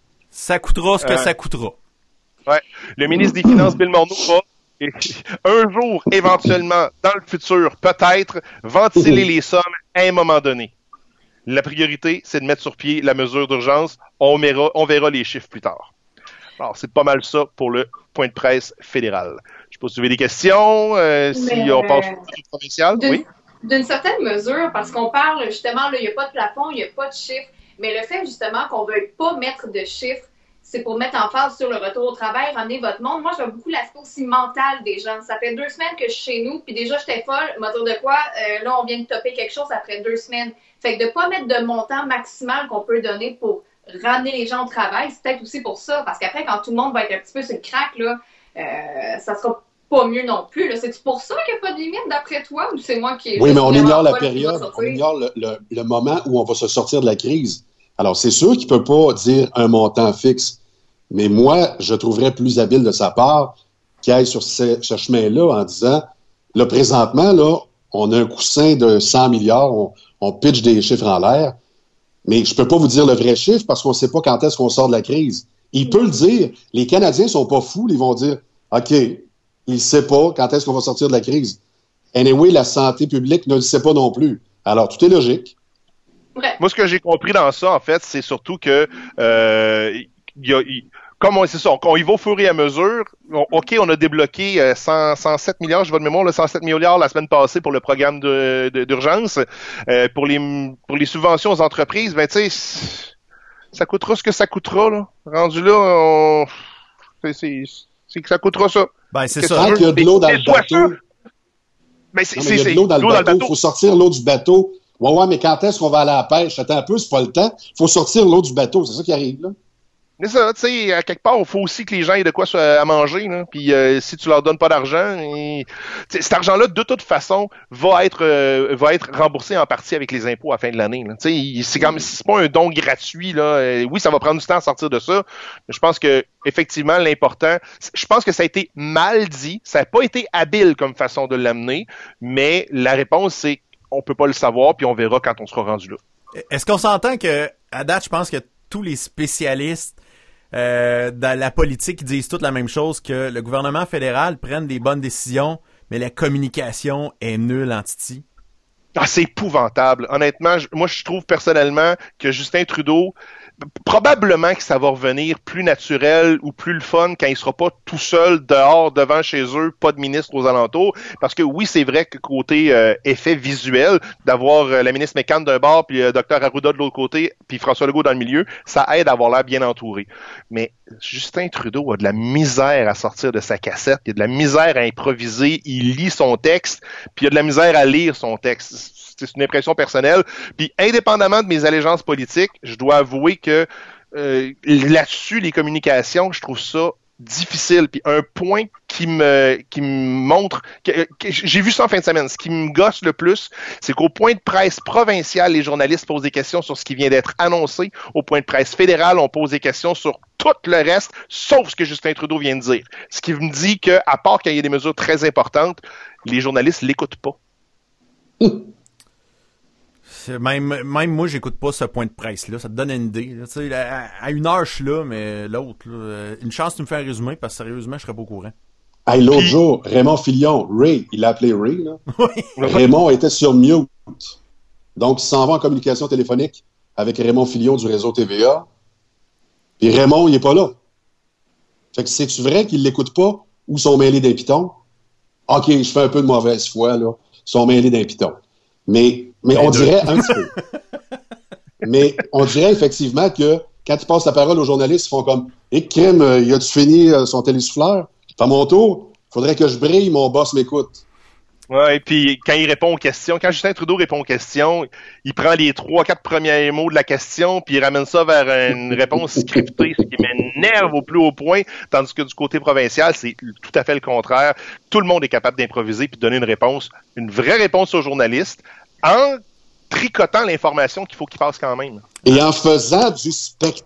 Ça coûtera ce que ça coûtera. Ouais. Le ministre des Finances, Bill Morneau, va un jour, éventuellement, dans le futur, peut-être, ventiler les sommes à un moment donné. La priorité, c'est de mettre sur pied la mesure d'urgence. On verra les chiffres plus tard. Alors, c'est pas mal ça pour le point de presse fédéral. Je sais pas si vous avez des questions, si on passe au provincial. Oui. D'une certaine mesure, parce qu'on parle justement, il n'y a pas de plafond, il n'y a pas de chiffres, mais le fait justement qu'on ne veuille pas mettre de chiffres, c'est pour mettre en phase sur le retour au travail, ramener votre monde. Moi, je vois beaucoup l'aspect aussi mental des gens. Ça fait 2 semaines que je suis chez nous, puis déjà, j'étais folle. M'a dire de quoi? Là, on vient de topper quelque chose après 2 semaines. Fait que de ne pas mettre de montant maximal qu'on peut donner pour ramener les gens au travail, c'est peut-être aussi pour ça. Parce qu'après, quand tout le monde va être un petit peu sur le crack, là, ça sera pas mieux non plus. Là. C'est-tu pour ça qu'il n'y a pas de limite, d'après toi, ou c'est moi qui... Oui, mais on ignore la période, on ignore le moment où on va se sortir de la crise. Alors, c'est sûr qu'il ne peut pas dire un montant fixe. Mais moi, je trouverais plus habile de sa part qu'il aille sur ce chemin-là en disant, là, présentement, là, on a un coussin de 100 milliards, on pitch des chiffres en l'air, mais je peux pas vous dire le vrai chiffre parce qu'on ne sait pas quand est-ce qu'on sort de la crise. Il peut le dire. Les Canadiens sont pas fous, ils vont dire, OK, il ne sait pas quand est-ce qu'on va sortir de la crise. Anyway, la santé publique ne le sait pas non plus. Alors, tout est logique. Ouais. Moi, ce que j'ai compris dans ça, en fait, c'est surtout que c'est ça, on y va au fur et à mesure. OK, on a débloqué 107 milliards, je vois de mémoire, 107 milliards la semaine passée pour le programme d'urgence. Pour les subventions aux entreprises, ben tu sais, ça coûtera ce que ça coûtera, là. Rendu là, c'est que ça coûtera ça. Ben, c'est ça. Tant qu'il y a de l'eau dans le bateau. Mais il y a de l'eau dans le bateau. Il faut sortir l'eau du bateau. Ouais, mais quand est-ce qu'on va aller à la pêche? Attends un peu, c'est pas le temps. Il faut sortir l'eau du bateau. C'est ça qui arrive, là. Mais ça, tu sais, à quelque part, il faut aussi que les gens aient de quoi à manger, là. Puis si tu leur donnes pas d'argent, cet argent-là, de toute façon, va être remboursé en partie avec les impôts à la fin de l'année. Tu sais, c'est pas un don gratuit, là. Oui, ça va prendre du temps à sortir de ça. Mais je pense que effectivement, l'important, je pense que ça a été mal dit, ça n'a pas été habile comme façon de l'amener, mais la réponse, c'est on peut pas le savoir, puis on verra quand on sera rendu là. Est-ce qu'on s'entend que, à date, je pense que tous les spécialistes dans la politique disent toutes la même chose, que le gouvernement fédéral prenne des bonnes décisions, mais la communication est nulle en Titi? Ah, c'est épouvantable. Honnêtement, moi, je trouve personnellement que Justin Trudeau, probablement que ça va revenir plus naturel ou plus le fun quand il sera pas tout seul dehors, devant chez eux, pas de ministre aux alentours. Parce que oui, c'est vrai que côté effet visuel, d'avoir la ministre McCann d'un bord, puis Dr Arruda de l'autre côté, puis François Legault dans le milieu, ça aide à avoir l'air bien entouré. Mais Justin Trudeau a de la misère à sortir de sa cassette, il a de la misère à improviser, il lit son texte, puis il a de la misère à lire son texte. C'est une impression personnelle. Puis, indépendamment de mes allégeances politiques, je dois avouer que là-dessus, les communications, je trouve ça difficile. Puis, un point qui me montre... que j'ai vu ça en fin de semaine. Ce qui me gosse le plus, c'est qu'au point de presse provincial, les journalistes posent des questions sur ce qui vient d'être annoncé. Au point de presse fédéral, on pose des questions sur tout le reste, sauf ce que Justin Trudeau vient de dire. Ce qui me dit que, à part qu'il y ait des mesures très importantes, les journalistes l'écoutent pas. Même moi, j'écoute pas ce point de presse-là. Ça te donne une idée. Là. À 1 heure, je suis là, mais l'autre, là, une chance tu me fais un résumé, parce que sérieusement, je serais pas au courant. Hey, l'autre jour, Raymond Filion, Ray, il l'a appelé Ray, là. Oui. Raymond était sur mute. Donc, il s'en va en communication téléphonique avec Raymond Filion du réseau TVA. Puis Raymond, il est pas là. Fait que c'est-tu vrai qu'il l'écoute pas ou sont mêlés d'un piton? OK, je fais un peu de mauvaise foi, là. Ils sont mêlés d'un piton. Mais on dirait un petit peu. Mais on dirait effectivement que quand ils passent la parole aux journalistes, ils font comme « Eh, crème, il a-tu fini son télésouffleur? À mon tour, il faudrait que je brille, mon boss m'écoute. » Ouais, et puis quand il répond aux questions, quand Justin Trudeau répond aux questions, il prend les 3-4 premiers mots de la question, puis il ramène ça vers une réponse scriptée, ce qui m'énerve au plus haut point, tandis que du côté provincial, c'est tout à fait le contraire. Tout le monde est capable d'improviser puis de donner une réponse, une vraie réponse aux journalistes, en tricotant l'information qu'il faut qu'il passe quand même. Et en faisant du spectacle!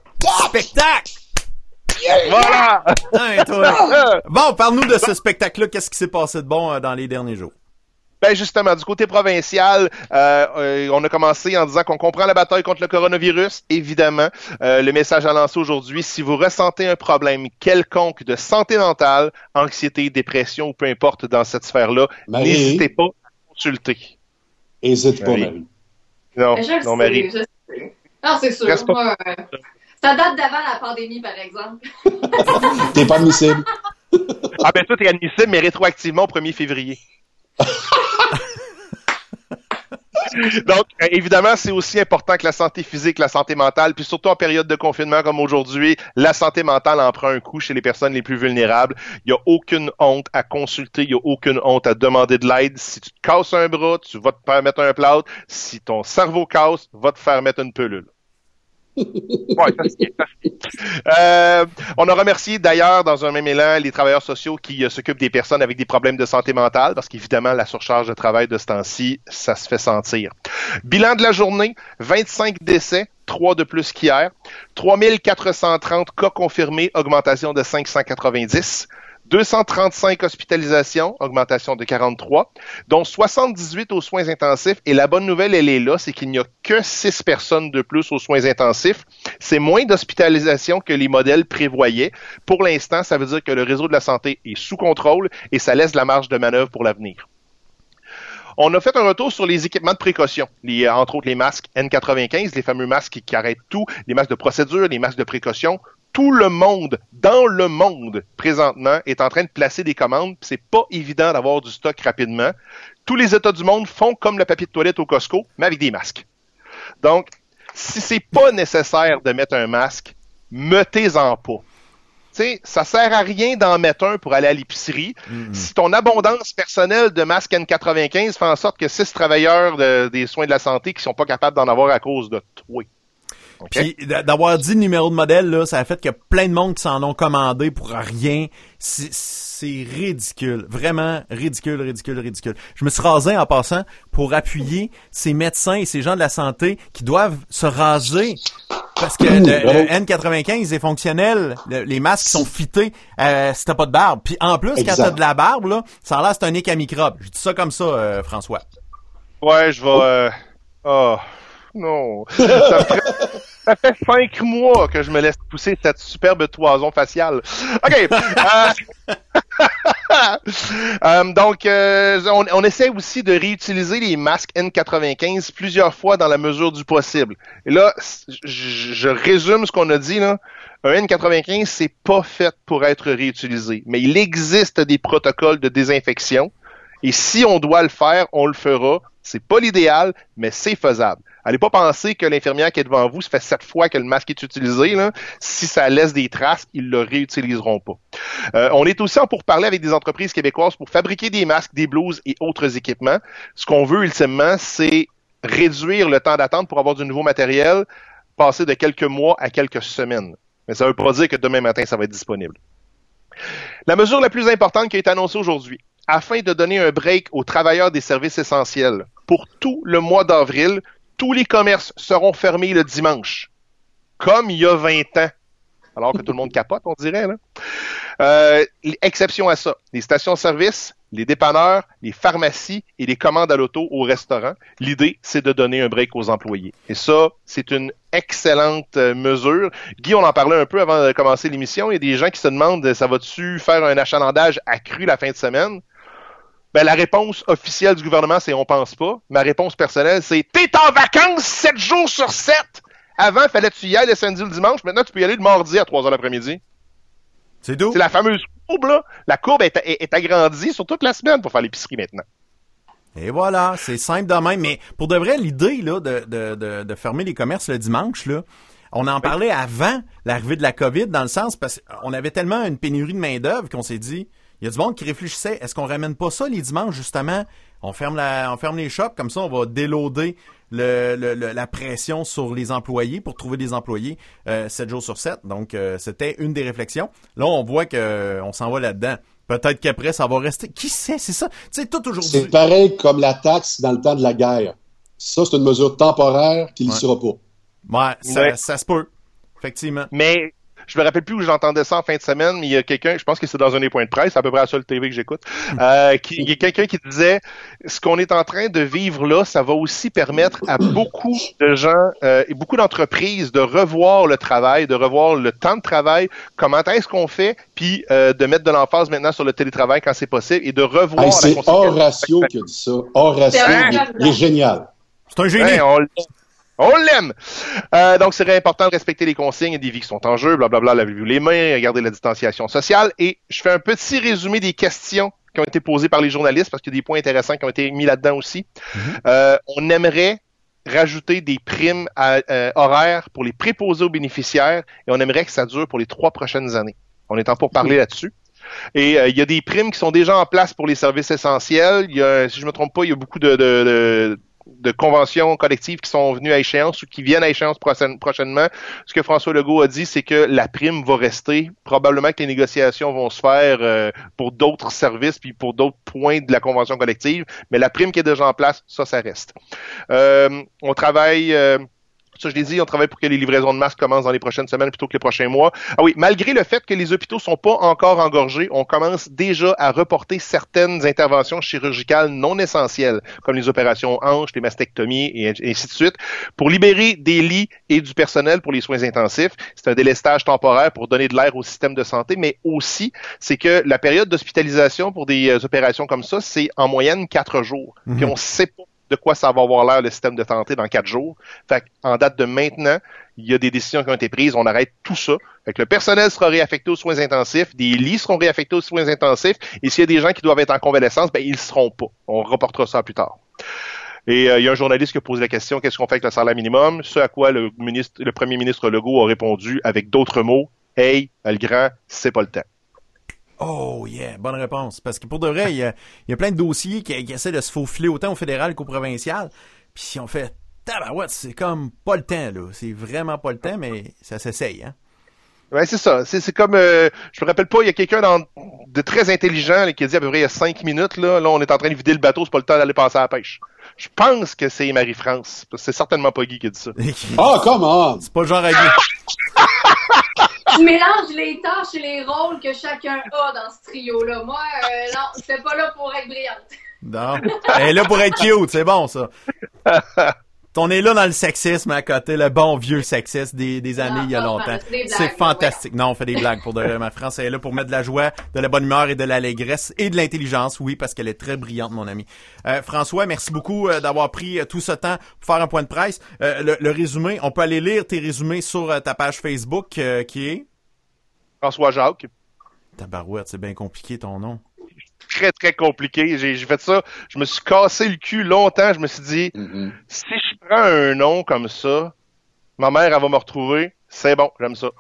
Voilà! Bon, parle-nous de ce spectacle-là. Qu'est-ce qui s'est passé de bon dans les derniers jours? Ben justement, du côté provincial, on a commencé en disant qu'on comprend la bataille contre le coronavirus. Évidemment, le message à lancer aujourd'hui, si vous ressentez un problème quelconque de santé mentale, anxiété, dépression ou peu importe dans cette sphère-là, n'hésitez pas à consulter. N'hésite pas, Marie. Non, Marie. Non, c'est sûr. Moi, ça date d'avant la pandémie, par exemple. T'es pas admissible. Ah ben toi, t'es admissible, mais rétroactivement au 1er février. Donc, évidemment, c'est aussi important que la santé physique, la santé mentale, puis surtout en période de confinement comme aujourd'hui, la santé mentale en prend un coup chez les personnes les plus vulnérables. Il n'y a aucune honte à consulter, il n'y a aucune honte à demander de l'aide. Si tu te casses un bras, tu vas te faire mettre un plâtre. Si ton cerveau casse, va te faire mettre une pilule. Ouais, on a remercié d'ailleurs dans un même élan les travailleurs sociaux qui s'occupent des personnes avec des problèmes de santé mentale parce qu'évidemment la surcharge de travail de ce temps-ci, ça se fait sentir. Bilan de la journée, 25 décès, 3 de plus qu'hier, 3430 cas confirmés, augmentation de 590. 235 hospitalisations, augmentation de 43, dont 78 aux soins intensifs. Et la bonne nouvelle, elle est là, c'est qu'il n'y a que 6 personnes de plus aux soins intensifs. C'est moins d'hospitalisations que les modèles prévoyaient. Pour l'instant, ça veut dire que le réseau de la santé est sous contrôle et ça laisse la marge de manœuvre pour l'avenir. On a fait un retour sur les équipements de précaution, entre autres les masques N95, les fameux masques qui arrêtent tout, les masques de procédure, les masques de précaution. Tout le monde, dans le monde, présentement, est en train de placer des commandes. C'est pas évident d'avoir du stock rapidement. Tous les États du monde font comme le papier de toilette au Costco, mais avec des masques. Donc, si c'est pas nécessaire de mettre un masque, mettez-en pas. Tu sais, ça sert à rien d'en mettre un pour aller à l'épicerie. Si ton abondance personnelle de masques N95 fait en sorte que 6 travailleurs des soins de la santé qui sont pas capables d'en avoir à cause de toi. Okay. Puis d'avoir dit le numéro de modèle, là, ça a fait qu'il y a plein de monde qui s'en ont commandé pour rien. C'est ridicule. Vraiment ridicule. Je me suis rasé en passant pour appuyer ces médecins et ces gens de la santé qui doivent se raser. Parce que le N95 est fonctionnel. Les masques sont fités si t'as pas de barbe. Puis en plus, quand t'as de la barbe, là, ça a l'air c'est un nick à microbes. Je dis ça comme ça, François. Ouais, je vais... Non. Ça fait 5 mois que je me laisse pousser cette superbe toison faciale. OK. Donc, on essaie aussi de réutiliser les masques N95 plusieurs fois dans la mesure du possible. Et là, je résume ce qu'on a dit, là. Un N95, c'est pas fait pour être réutilisé. Mais il existe des protocoles de désinfection. Et si on doit le faire, on le fera. C'est pas l'idéal, mais c'est faisable. Allez pas penser que l'infirmière qui est devant vous, ça fait 7 fois que le masque est utilisé. Là. Si ça laisse des traces, ils le réutiliseront pas. On est aussi en pourparlers avec des entreprises québécoises pour fabriquer des masques, des blouses et autres équipements. Ce qu'on veut ultimement, c'est réduire le temps d'attente pour avoir du nouveau matériel, passer de quelques mois à quelques semaines. Mais ça veut pas dire que demain matin, ça va être disponible. La mesure la plus importante qui a été annoncée aujourd'hui, afin de donner un break aux travailleurs des services essentiels, pour tout le mois d'avril, tous les commerces seront fermés le dimanche, comme il y a 20 ans. Alors que tout le monde capote, on dirait. Là. Exception à ça, les stations-service, les dépanneurs, les pharmacies et les commandes à l'auto au restaurant. L'idée, c'est de donner un break aux employés. Et ça, c'est une excellente mesure. Guy, on en parlait un peu avant de commencer l'émission. Il y a des gens qui se demandent, ça va-tu faire un achalandage accru la fin de semaine? Ben, la réponse officielle du gouvernement, c'est on pense pas. Ma réponse personnelle, c'est t'es en vacances 7 jours sur 7! Avant, fallait que tu y ailles le samedi ou le dimanche. Maintenant, tu peux y aller le mardi à 3h l'après-midi. C'est d'où? C'est la fameuse courbe, là. La courbe est agrandie sur toute la semaine pour faire l'épicerie maintenant. Et voilà, c'est simple de même. Mais pour de vrai, l'idée là de fermer les commerces le dimanche, là, on en parlait avant l'arrivée de la COVID, dans le sens parce qu'on avait tellement une pénurie de main-d'œuvre qu'on s'est dit, il y a du monde qui réfléchissait, est-ce qu'on ramène pas ça les dimanches, justement? On ferme les shops, comme ça, on va déloader la pression sur les employés pour trouver des employés 7 jours sur 7. Donc, c'était une des réflexions. Là, on voit qu'on s'en va là-dedans. Peut-être qu'après, ça va rester. Qui sait? C'est ça. Tu sais, tout aujourd'hui. C'est pareil comme la taxe dans le temps de la guerre. Ça, c'est une mesure temporaire qui ne sera pas. Ouais, ça se peut. Effectivement. Mais je me rappelle plus où j'entendais ça en fin de semaine, mais il y a quelqu'un, je pense que c'est dans un des points de presse, à peu près la seule TV que j'écoute, il y a quelqu'un qui disait, ce qu'on est en train de vivre là, ça va aussi permettre à beaucoup de gens et beaucoup d'entreprises de revoir le travail, de revoir le temps de travail, comment est-ce qu'on fait, puis de mettre de l'emphase maintenant sur le télétravail quand c'est possible et de revoir c'est Horatio qui a dit ça. Horatio, il est génial. C'est un génie. On l'aime! Donc, c'est important de respecter les consignes, il y a des vies qui sont en jeu, blablabla, lavez-vous les mains, regardez la distanciation sociale. Et je fais un petit résumé des questions qui ont été posées par les journalistes, parce qu'il y a des points intéressants qui ont été mis là-dedans aussi. On aimerait rajouter des primes horaires pour les préposés aux bénéficiaires, et on aimerait que ça dure pour les 3 prochaines années. On est en pour parler là-dessus. Et il y a des primes qui sont déjà en place pour les services essentiels. Il y a, si je me trompe pas, il y a beaucoup de conventions collectives qui sont venues à échéance ou qui viennent à échéance prochainement. Ce que François Legault a dit, c'est que la prime va rester. Probablement que les négociations vont se faire pour d'autres services puis pour d'autres points de la convention collective. Mais la prime qui est déjà en place, ça reste. On travaille... Ça, je l'ai dit, on travaille pour que les livraisons de masques commencent dans les prochaines semaines plutôt que les prochains mois. Ah oui, malgré le fait que les hôpitaux sont pas encore engorgés, on commence déjà à reporter certaines interventions chirurgicales non essentielles, comme les opérations hanches, les mastectomies et ainsi de suite, pour libérer des lits et du personnel pour les soins intensifs. C'est un délestage temporaire pour donner de l'air au système de santé, mais aussi, c'est que la période d'hospitalisation pour des opérations comme ça, c'est en moyenne 4 jours. Puis on sait pas de quoi ça va avoir l'air le système de santé dans 4 jours. Fait qu'en date de maintenant, il y a des décisions qui ont été prises, on arrête tout ça. Fait que le personnel sera réaffecté aux soins intensifs, des lits seront réaffectés aux soins intensifs, et s'il y a des gens qui doivent être en convalescence, ben ils le seront pas. On reportera ça plus tard. Et il y a un journaliste qui a posé la question, qu'est-ce qu'on fait avec le salaire minimum? Ce à quoi le premier ministre Legault a répondu avec d'autres mots, hey, le grand, c'est pas le temps. Oh yeah, bonne réponse. Parce que pour de vrai, il y a plein de dossiers qui essaient de se faufiler autant au fédéral qu'au provincial. Puis si on fait tabarouette, c'est comme pas le temps, là. C'est vraiment pas le temps, mais ça s'essaye, hein. Ouais, c'est ça. C'est comme, je me rappelle pas, il y a quelqu'un de très intelligent là, qui a dit à peu près il y a 5 minutes, là, on est en train de vider le bateau, c'est pas le temps d'aller passer à la pêche. Je pense que c'est Marie-France. C'est certainement pas Guy qui a dit ça. Oh, come on! C'est pas le genre à Guy. Tu mélanges les tâches et les rôles que chacun a dans ce trio-là. Moi, non, c'était pas là pour être brillante. Non. Elle est là pour être cute, c'est bon, ça. On est là dans le sexisme à côté, le bon vieux sexisme des années il y a longtemps. C'est fantastique. Ouais. Non, on fait des blagues pour de vrai. Ma France est là pour mettre de la joie, de la bonne humeur et de l'allégresse et de l'intelligence, oui, parce qu'elle est très brillante, mon ami. François, merci beaucoup d'avoir pris tout ce temps pour faire un point de presse. Le résumé, on peut aller lire tes résumés sur ta page Facebook qui est... François Jacques. Tabarouette, c'est bien compliqué ton nom. Très, très compliqué. J'ai fait ça. Je me suis cassé le cul longtemps. Je me suis dit, si je prends un nom comme ça, ma mère, elle va me retrouver. C'est bon, j'aime ça.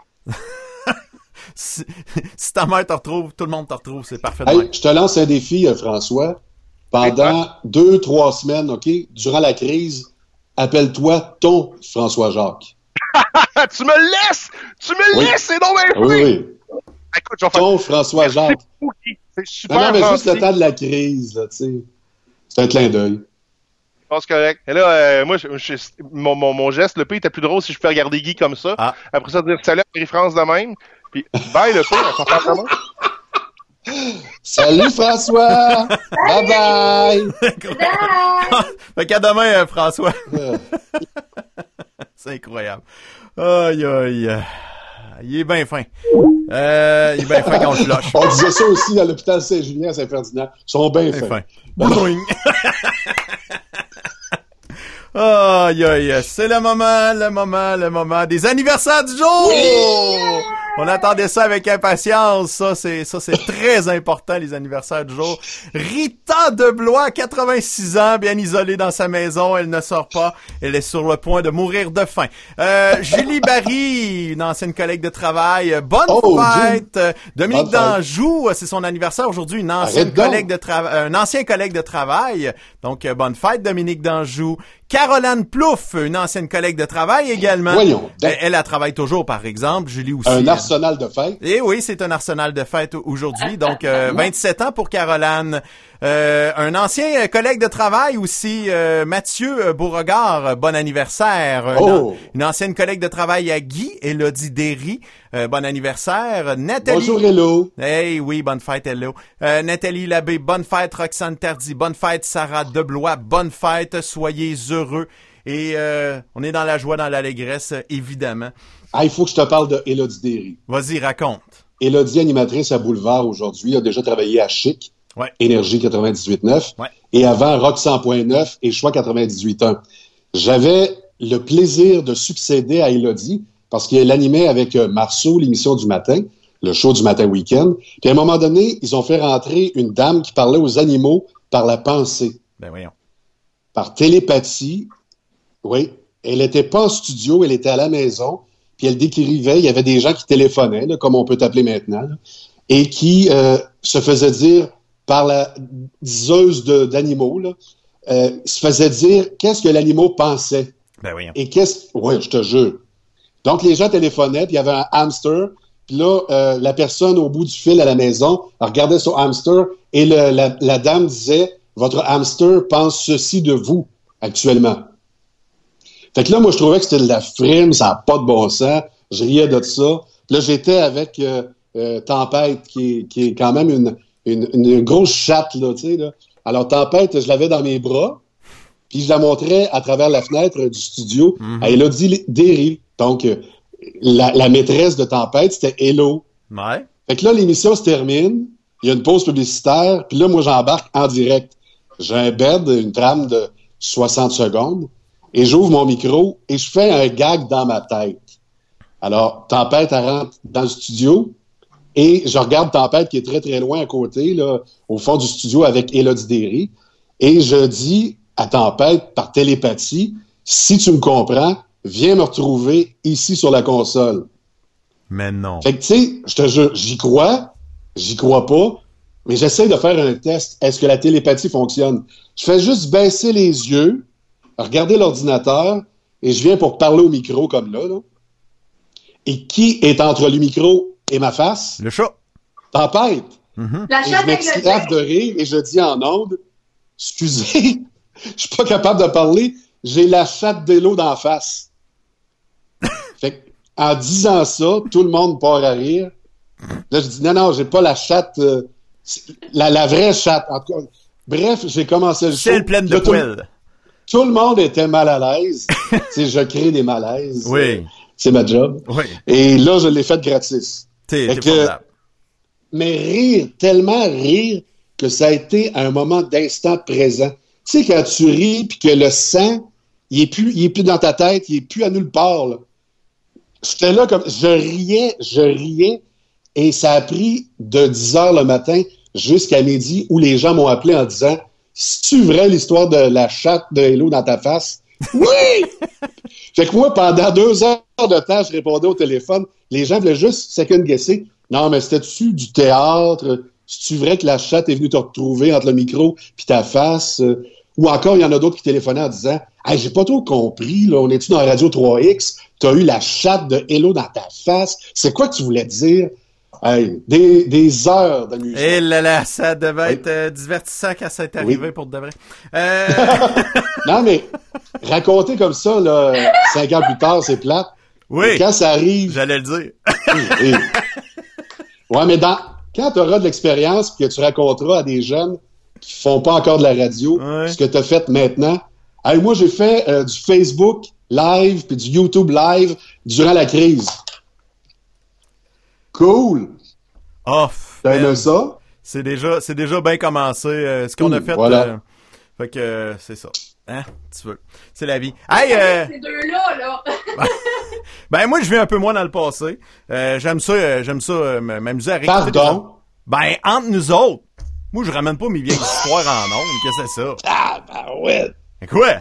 si ta mère te retrouve, tout le monde te retrouve. C'est parfait. Hey, je te lance un défi, François. Pendant 2-3 semaines, OK, durant la crise, appelle-toi ton François Jacques. Tu me laisses! C'est donc bien oui, oui. Écoute, je vais ton François Jacques. C'est super. Non, mais juste le temps de la crise, tu sais. C'est un clin d'œil. Je pense correct. Et là, moi, mon geste, le P était plus drôle si je pouvais regarder Guy comme ça. Ah. Après ça, dire salut à Marie-France de même. Puis, bye le P, on s'en parle vraiment. Salut François! Bye bye! Fait qu'à demain, François. C'est incroyable. Aïe, aïe. Il est bien fin. Il est bien fin quand on le flush. On disait ça aussi à l'hôpital Saint-Julien à Saint-Ferdinand. Ils sont bien fins. Boing! Aïe, aïe. C'est le moment des anniversaires du jour! Oui! On attendait ça avec impatience. Ça, c'est très important, les anniversaires du jour. Rita Deblois, 86 ans, bien isolée dans sa maison. Elle ne sort pas. Elle est sur le point de mourir de faim. Julie Barry, une ancienne collègue de travail. Bonne fête. Dominique Danjou, c'est son anniversaire aujourd'hui. Un ancien collègue de travail. Donc, bonne fête, Dominique Danjou. Caroline Plouffe, une ancienne collègue de travail également. Voyons. Elle travaille toujours, par exemple. Julie aussi. Un arsenal de fête. Et oui, c'est un arsenal de fête aujourd'hui. Donc, 27 ans pour Caroline. Un ancien collègue de travail aussi, Mathieu Beauregard, bon anniversaire. Une ancienne collègue de travail à Guy, Élodie Derry, bon anniversaire. Nathalie. Bonjour, Hello. Hey, oui, bonne fête, Hello. Nathalie Labbé, bonne fête. Roxane Tardy, bonne fête. Sarah Deblois, bonne fête. Soyez heureux. Et on est dans la joie, dans l'allégresse, évidemment. Il faut que je te parle de Élodie Derry. Vas-y, raconte. Élodie, animatrice à Boulevard aujourd'hui, a déjà travaillé à Chic. Ouais. Énergie 98.9. Ouais. Et avant, Rock 100.9 et Choix 98.1. J'avais le plaisir de succéder à Élodie parce qu'elle animait avec Marceau l'émission du matin, le show du matin week-end. Puis à un moment donné, ils ont fait rentrer une dame qui parlait aux animaux par la pensée. Ben voyons. Par télépathie. Oui. Elle n'était pas en studio, elle était à la maison. Puis elle décrivait, il y avait des gens qui téléphonaient, là, comme on peut t'appeler maintenant, là, et qui se faisaient dire par la diseuse d'animaux, là, se faisait dire qu'est-ce que l'animal pensait. Ben oui. Et oui, je te jure. Donc, les gens téléphonaient, puis il y avait un hamster, puis là, la personne au bout du fil à la maison regardait son hamster, et la dame disait, votre hamster pense ceci de vous, actuellement. Fait que là, moi, je trouvais que c'était de la frime, ça n'a pas de bon sens, je riais de ça. Puis là, j'étais avec Tempête, qui est quand même une grosse chatte, là, tu sais, là. Alors, Tempête, je l'avais dans mes bras, puis je la montrais à travers la fenêtre du studio à Élodie Derry. Donc, la maîtresse de Tempête, c'était Hello. Ouais. Fait que là, l'émission se termine, il y a une pause publicitaire, puis là, moi, j'embarque en direct. J'ai un bed, une trame de 60 secondes, et j'ouvre mon micro, et je fais un gag dans ma tête. Alors, Tempête, elle rentre dans le studio, et je regarde Tempête qui est très, très loin à côté, là, au fond du studio avec Élodie Derry. Et je dis à Tempête, par télépathie, si tu me comprends, viens me retrouver ici sur la console. Mais non. Fait que, tu sais, je te jure, j'y crois pas, mais j'essaie de faire un test. Est-ce que la télépathie fonctionne? Je fais juste baisser les yeux, regarder l'ordinateur, et je viens pour parler au micro comme là. Et qui est entre le micro et ma face? Le chat. Tempête. La Et chatte je m'exclave de rire et je dis en ondes, excusez, je suis pas capable de parler, j'ai la chatte d'Hélo d'en face. Fait que, en disant ça, tout le monde part à rire. Là, je dis, non, j'ai pas la chatte, la vraie chatte. En tout cas, bref, j'ai commencé le show. Celle pleine de poils. Tout le monde était mal à l'aise. Tu sais, je crée des malaises. Oui. C'est ma job. Oui. Et là, je l'ai fait gratis. T'es formidable. Mais rire, tellement rire, que ça a été un moment d'instant présent. Tu sais, quand tu ris, puis que le sang, il est plus dans ta tête, il est plus à nulle part, là. J'étais là comme, je riais, et ça a pris de 10h le matin jusqu'à midi, où les gens m'ont appelé en disant, c'est-tu vrai l'histoire de la chatte de Hello dans ta face? Oui! Fait que moi, pendant 2 heures de temps, je répondais au téléphone. Les gens voulaient juste second-guesser. Non, mais c'était-tu du théâtre? C'est-tu vrai que la chatte est venue te retrouver entre le micro puis ta face? Ou encore, il y en a d'autres qui téléphonaient en disant « Hey, j'ai pas trop compris, là, on est-tu dans Radio 3X? T'as eu la chatte de Hello dans ta face. C'est quoi que tu voulais dire? » Hey, des heures de musique. Eh là là, ça devait être divertissant quand ça est arrivé pour de vrai. Non, mais raconter comme ça, là, 5 ans plus tard, c'est plate. Oui. Et quand ça arrive... J'allais le dire. Ouais, mais quand tu auras de l'expérience et que tu raconteras à des jeunes qui font pas encore de la radio ce que tu as fait maintenant. Hey, moi, j'ai fait du Facebook live puis du YouTube live durant la crise. Cool! Off. T'as aimé ça? C'est déjà bien commencé. Ce qu'on a fait. Voilà. Fait que c'est ça. Hein? Tu veux. C'est la vie. Hey! Ces deux-là, là! Ben, moi, je vais un peu moins dans le passé. J'aime ça, m'amuser à réécouter. Pardon? Ben, entre nous autres. Moi, je ramène pas mes vieilles histoires en ondes. Qu'est-ce que c'est ça? Ah, ben ouais! Quoi?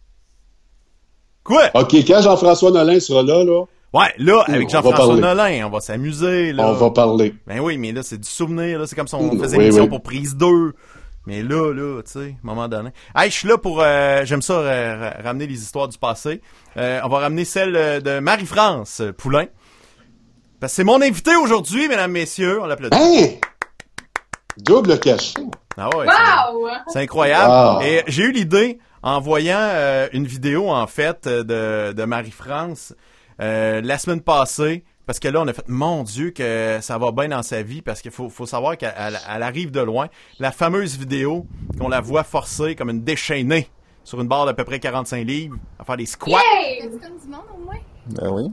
OK, quand Jean-François Nolin sera là, ouais, là, avec Jean-François Nolin, on va s'amuser, là. On va parler. Ben oui, mais là, c'est du souvenir, là. C'est comme si on faisait une émission pour prise 2. Mais là, tu sais, à un moment donné. Hey, je suis là pour, j'aime ça, ramener les histoires du passé. On va ramener celle de Marie-France Poulain. Parce que c'est mon invité aujourd'hui, mesdames, messieurs. On l'applaudit. Hein? Double cachet. Ah ouais, Wow! c'est incroyable. Wow. Et j'ai eu l'idée, en voyant une vidéo, en fait, de Marie-France la semaine passée, parce que là, on a fait, mon Dieu, que ça va bien dans sa vie, parce qu'il faut savoir qu'elle arrive de loin. La fameuse vidéo qu'on la voit forcer comme une déchaînée sur une barre d'à peu près 45 livres, à faire des squats. Yay! C'est comme du monde, au moins? Ben oui.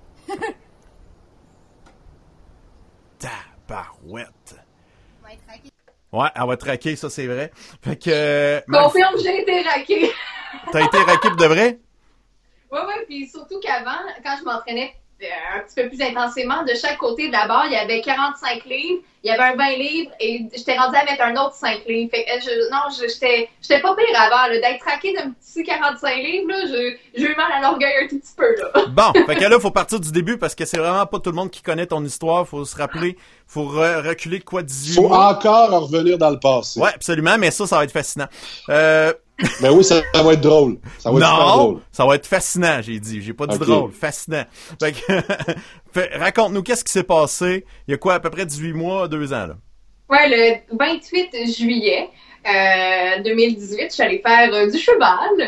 Tabarouette. On va être raqué. Ouais, elle va traquer, ça c'est vrai. Fait que... Confirme, j'ai été raquée. T'as été raqué pour de vrai? Oui, puis surtout qu'avant, quand je m'entraînais un petit peu plus intensément, de chaque côté de la barre, il y avait 45 livres, il y avait un 20 livres, et j'étais rendue à mettre un autre 5 livres. Fait que j'étais pas pire avant, là, d'être traquée d'un petit 45 livres, là, j'ai eu mal à l'orgueil un tout petit peu, là. Bon, fait que là, faut partir du début, parce que c'est vraiment pas tout le monde qui connaît ton histoire, faut se rappeler, faut reculer de quoi 18 Faut mois. encore en revenir dans le passé. Ouais, absolument, mais ça va être fascinant. Ben oui, ça va être drôle. Ça va être super drôle. Ça va être fascinant, j'ai dit. J'ai pas dit Okay. drôle, fascinant. Fait que, raconte-nous, qu'est-ce qui s'est passé il y a quoi, à peu près 18 mois, 2 ans, là? Ouais, le 28 juillet 2018, je suis allée faire du cheval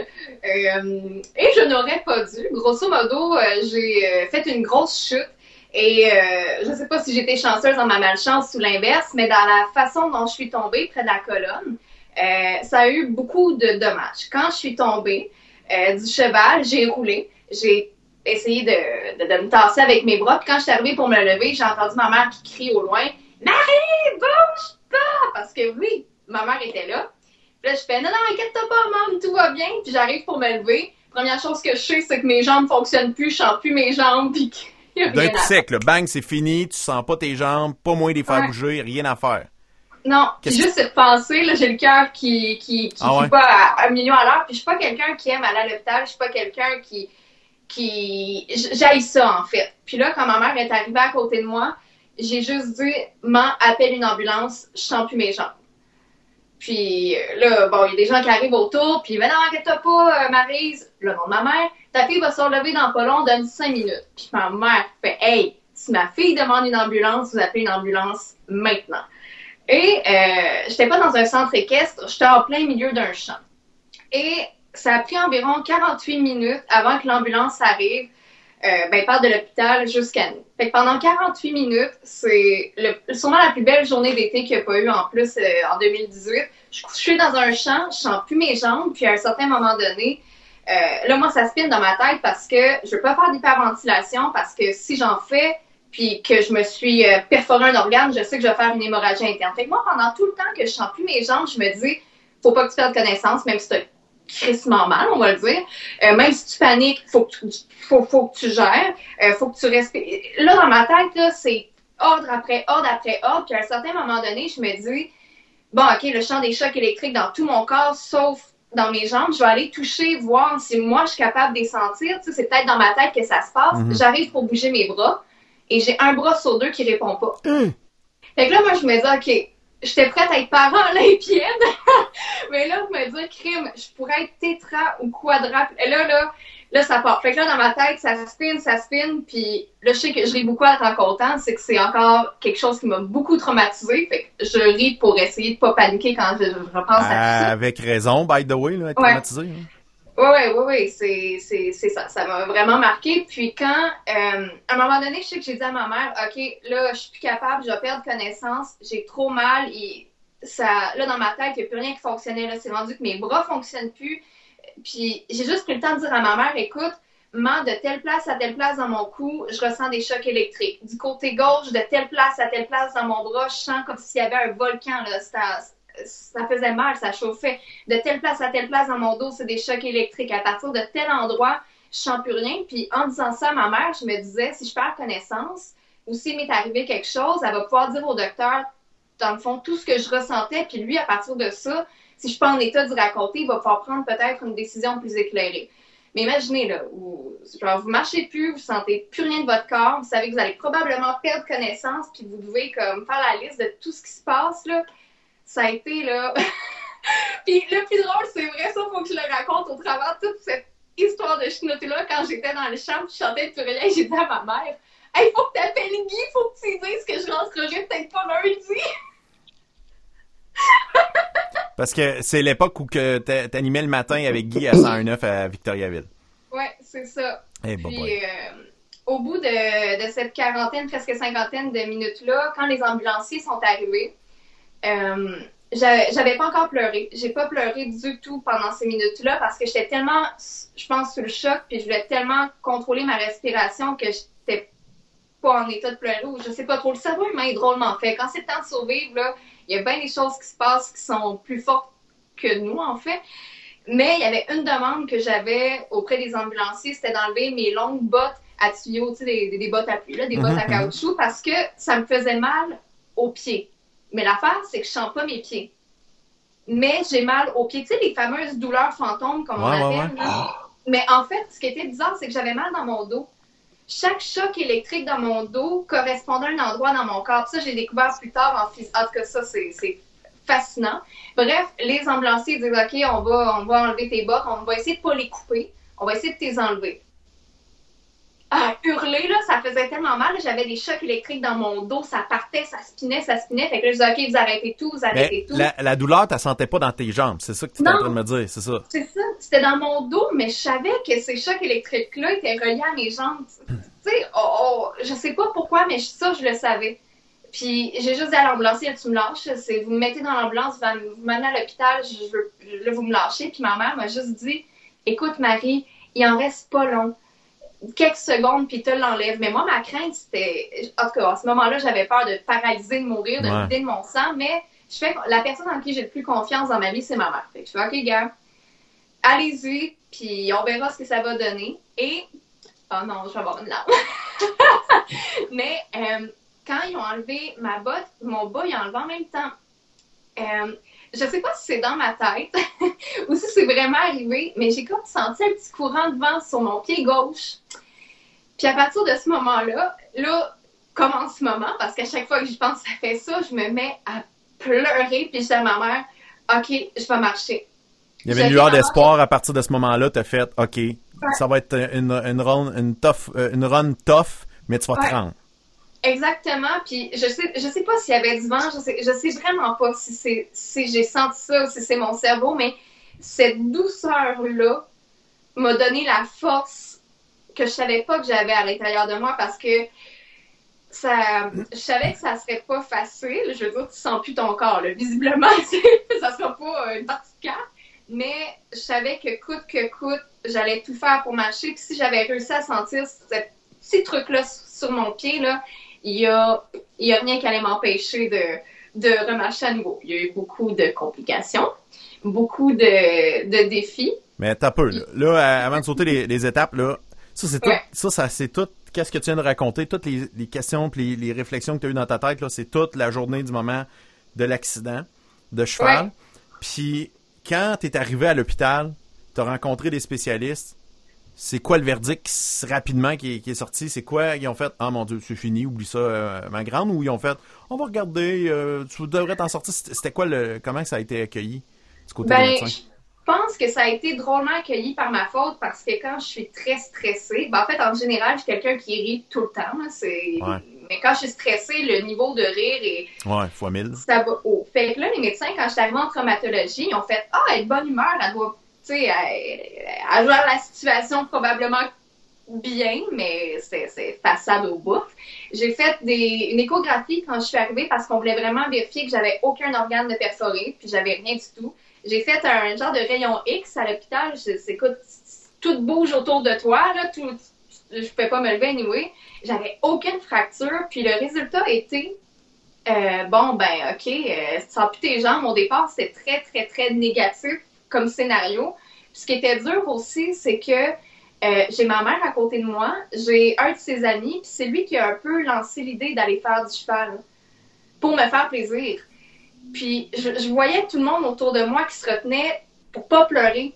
et je n'aurais pas dû. Grosso modo, j'ai fait une grosse chute et je sais pas si j'étais chanceuse dans ma malchance ou l'inverse, mais dans la façon dont je suis tombée près de la colonne, ça a eu beaucoup de dommages. Quand je suis tombée du cheval, j'ai roulé, j'ai essayé de me tasser avec mes bras, puis quand je suis arrivée pour me lever, j'ai entendu ma mère qui crie au loin « Marie, bouge pas! » Parce que oui, ma mère était là. Puis là, je fais « Non, inquiète-toi pas, maman, tout va bien. » Puis j'arrive pour me lever. Première chose que je sais, c'est que mes jambes fonctionnent plus, je sens plus mes jambes, puis qu'il y a rien D'un à coup faire. sec, là, bang, c'est fini, tu sens pas tes jambes, pas moyen de les faire bouger, rien à faire. Non, Qu'est-ce juste cette pensée, là, j'ai le cœur qui Ah ouais? fait pas à 1 million à l'heure, puis je suis pas quelqu'un qui aime aller à l'hôpital, je suis pas quelqu'un j'haïs ça, en fait. Puis là, quand ma mère est arrivée à côté de moi, j'ai juste dit, appelle une ambulance, je sens plus mes jambes. Puis là, bon, il y a des gens qui arrivent autour, puis non, inquiète-toi pas, Maryse, le nom de ma mère, ta fille va se relever dans pas long, donne 5 minutes. Puis ma mère fait, hey, si ma fille demande une ambulance, vous appelez une ambulance maintenant. Et j'étais pas dans un centre équestre, j'étais en plein milieu d'un champ. Et ça a pris environ 48 minutes avant que l'ambulance arrive, part de l'hôpital jusqu'à nous. Fait que pendant 48 minutes, c'est sûrement la plus belle journée d'été qu'il n'y a pas eu en plus en 2018. Je suis dans un champ, je sens plus mes jambes, puis à un certain moment donné, là, moi, ça spinne dans ma tête parce que je veux pas faire d'hyperventilation, parce que si j'en fais, puis que je me suis perforé un organe, je sais que je vais faire une hémorragie interne. Fait que moi, pendant tout le temps que je sens plus mes jambes, je me dis, faut pas que tu perdes connaissance, même si t'as crissement mal, on va le dire. Même si tu paniques, faut que tu gères, faut que tu respires. Là, dans ma tête, là, c'est ordre après ordre après ordre, puis à un certain moment donné, je me dis, bon, OK, je sens des chocs électriques dans tout mon corps, sauf dans mes jambes, je vais aller toucher, voir si moi, je suis capable de les sentir. Tu sais, c'est peut-être dans ma tête que ça se passe. Mm-hmm. J'arrive pour bouger mes bras, et j'ai un bras sur 2 qui répond pas. Fait que là, moi, je me dis, OK, j'étais prête à être parent olympienne, mais là, je me dis, crime, je pourrais être tétra ou quadra. Et là, ça part. Fait que là, dans ma tête, ça spinne, puis là, je sais que je ris beaucoup en étant content, c'est que c'est encore quelque chose qui m'a beaucoup traumatisée. Fait que je ris pour essayer de pas paniquer quand je repense à tout ça. Avec raison, by the way, là, être traumatisé. Hein. Oui, c'est ça. Ça m'a vraiment marqué. Puis quand, à un moment donné, je sais que j'ai dit à ma mère, OK, là, je suis plus capable, je vais perdre connaissance, j'ai trop mal. Et ça, là, dans ma tête, il n'y a plus rien qui fonctionnait. Là, c'est rendu que mes bras fonctionnent plus. Puis j'ai juste pris le temps de dire à ma mère, écoute, de telle place à telle place dans mon cou, je ressens des chocs électriques. Du côté gauche, de telle place à telle place dans mon bras, je sens comme s'il y avait un volcan, là. Ça faisait mal, ça chauffait. De telle place à telle place dans mon dos, c'est des chocs électriques. À partir de tel endroit, je sens plus rien. Puis en disant ça à ma mère, je me disais, si je perds connaissance, ou s'il m'est arrivé quelque chose, elle va pouvoir dire au docteur, dans le fond, tout ce que je ressentais. Puis lui, à partir de ça, si je suis pas en état d'y raconter, il va pouvoir prendre peut-être une décision plus éclairée. Mais imaginez, là, vous marchez plus, vous sentez plus rien de votre corps, vous savez que vous allez probablement perdre connaissance, puis vous devez comme faire la liste de tout ce qui se passe, là. Ça a été, là... Puis le plus drôle, c'est vrai, ça, faut que je le raconte au travers de toute cette histoire de chenoute-là. Quand j'étais dans le champ, je chantais plus rien, j'ai dit à ma mère, « Hey, faut que t'appelles Guy, faut que tu lui dises que je rentrerai peut-être pas lundi. Parce que c'est l'époque où que t'animais le matin avec Guy à 101.9 à Victoriaville. Ouais, c'est ça. Hey, puis, au bout de cette quarantaine, presque cinquantaine de minutes-là, quand les ambulanciers sont arrivés, j'avais pas encore pleuré. J'ai pas pleuré du tout pendant ces minutes-là parce que j'étais tellement, je pense, sous le choc, puis je voulais tellement contrôler ma respiration que j'étais pas en état de pleurer ou je sais pas trop. Le cerveau humain est drôlement fait. Quand c'est le temps de survivre, là, il y a bien des choses qui se passent qui sont plus fortes que nous, en fait. Mais il y avait une demande que j'avais auprès des ambulanciers, c'était d'enlever mes longues bottes à tuyaux, tu sais, des bottes à pluie, là, des bottes à caoutchouc, parce que ça me faisait mal aux pieds. Mais l'affaire, c'est que je sens pas mes pieds. Mais j'ai mal aux pieds. Tu sais, les fameuses douleurs fantômes, comme on appelle. Mais en fait, ce qui était bizarre, c'est que j'avais mal dans mon dos. Chaque choc électrique dans mon dos correspondait à un endroit dans mon corps. Ça, j'ai découvert plus tard en tout cas, ça, c'est fascinant. Bref, les ambulanciers disent « OK, on va enlever tes bottes, on va essayer de pas les couper, on va essayer de les enlever. » Hurler, là, ça faisait tellement mal. J'avais des chocs électriques dans mon dos. Ça partait, ça spinait. Fait que là, je disais, OK, vous arrêtez tout. La douleur, tu la sentais pas dans tes jambes. C'est ça que tu étais en train de me dire, c'est ça? C'est ça. C'était dans mon dos, mais je savais que ces chocs électriques-là étaient reliés à mes jambes. Tu sais, je sais pas pourquoi, mais ça, je le savais. Puis, j'ai juste dit à l'ambulancier, tu me lâches. Vous me mettez dans l'ambulance, vous m'amenez à l'hôpital, là, vous me lâchez. Puis ma mère m'a juste dit, écoute, Marie, il en reste pas long. Quelques secondes, puis tu l'enlèves. Mais moi, ma crainte, c'était... En tout cas, à ce moment-là, j'avais peur de paralyser, de mourir, de vider de mon sang, mais je fais la personne en qui j'ai le plus confiance dans ma vie, c'est ma mère. Fait que je fais, OK, gars, allez-y, puis on verra ce que ça va donner. Et... Oh non, je vais avoir une larme. Mais quand ils ont enlevé ma botte, mon bas, ils ont enlevé en même temps. Je sais pas si c'est dans ma tête ou si c'est vraiment arrivé, mais j'ai comme senti un petit courant de vent sur mon pied gauche. Puis à partir de ce moment-là, comme en ce moment, parce qu'à chaque fois que je pense que ça fait ça, je me mets à pleurer, puis je dis à ma mère, OK, je vais marcher. Il y avait une lueur d'espoir à partir de ce moment-là, t'as fait, OK, ça va être une run tough, mais tu vas te rendre. Exactement, puis je sais pas s'il y avait du vent, je sais vraiment pas si j'ai senti ça ou si c'est mon cerveau, mais cette douceur-là m'a donné la force que je savais pas que j'avais à l'intérieur de moi parce que je savais que ça serait pas facile, je veux dire, tu sens plus ton corps, là. Visiblement, ça sera pas une partie de cœur, mais je savais que coûte, j'allais tout faire pour marcher, puis si j'avais réussi à sentir ce petit truc-là sur mon pied, là, il y a rien qui allait m'empêcher de remarcher à nouveau. Il y a eu beaucoup de complications, beaucoup de défis. Mais t'as peu, là. Là, avant de sauter les étapes, là, ça, c'est tout. Ça, c'est tout. Qu'est-ce que tu viens de raconter? Toutes les questions et les réflexions que tu as eues dans ta tête, là, c'est toute la journée du moment de l'accident de cheval. Ouais. Puis, quand tu es arrivé à l'hôpital, tu as rencontré des spécialistes. C'est quoi le verdict rapidement qui est sorti? C'est quoi? Ils ont fait, ah mon Dieu, c'est fini, oublie ça, ma grande, ou ils ont fait, on va regarder, tu devrais t'en sortir. C'était quoi comment ça a été accueilli du côté des médecins? Je pense que ça a été drôlement accueilli par ma faute parce que quand je suis très stressée, en fait, en général, je suis quelqu'un qui rit tout le temps. Là, mais quand je suis stressée, le niveau de rire est... Ouais, fois 1000. Ça va haut. Fait que là, les médecins, quand je suis arrivée en traumatologie, ils ont fait, elle est de bonne humeur, elle doit... Tu sais, elle gère la situation probablement bien, mais c'est façade au bout. J'ai fait une échographie quand je suis arrivée parce qu'on voulait vraiment vérifier que j'avais aucun organe de perforé, puis j'avais rien du tout. J'ai fait un genre de rayon X à l'hôpital. Écoute, tout bouge autour de toi, là, je pouvais pas me lever anyway. J'avais aucune fracture, puis le résultat était... OK, tu sens plus tes jambes. Au départ, c'était très, très, très négatif comme scénario. Puis ce qui était dur aussi, c'est que j'ai ma mère à côté de moi, j'ai un de ses amis, puis c'est lui qui a un peu lancé l'idée d'aller faire du cheval pour me faire plaisir. Puis je voyais tout le monde autour de moi qui se retenait pour pas pleurer.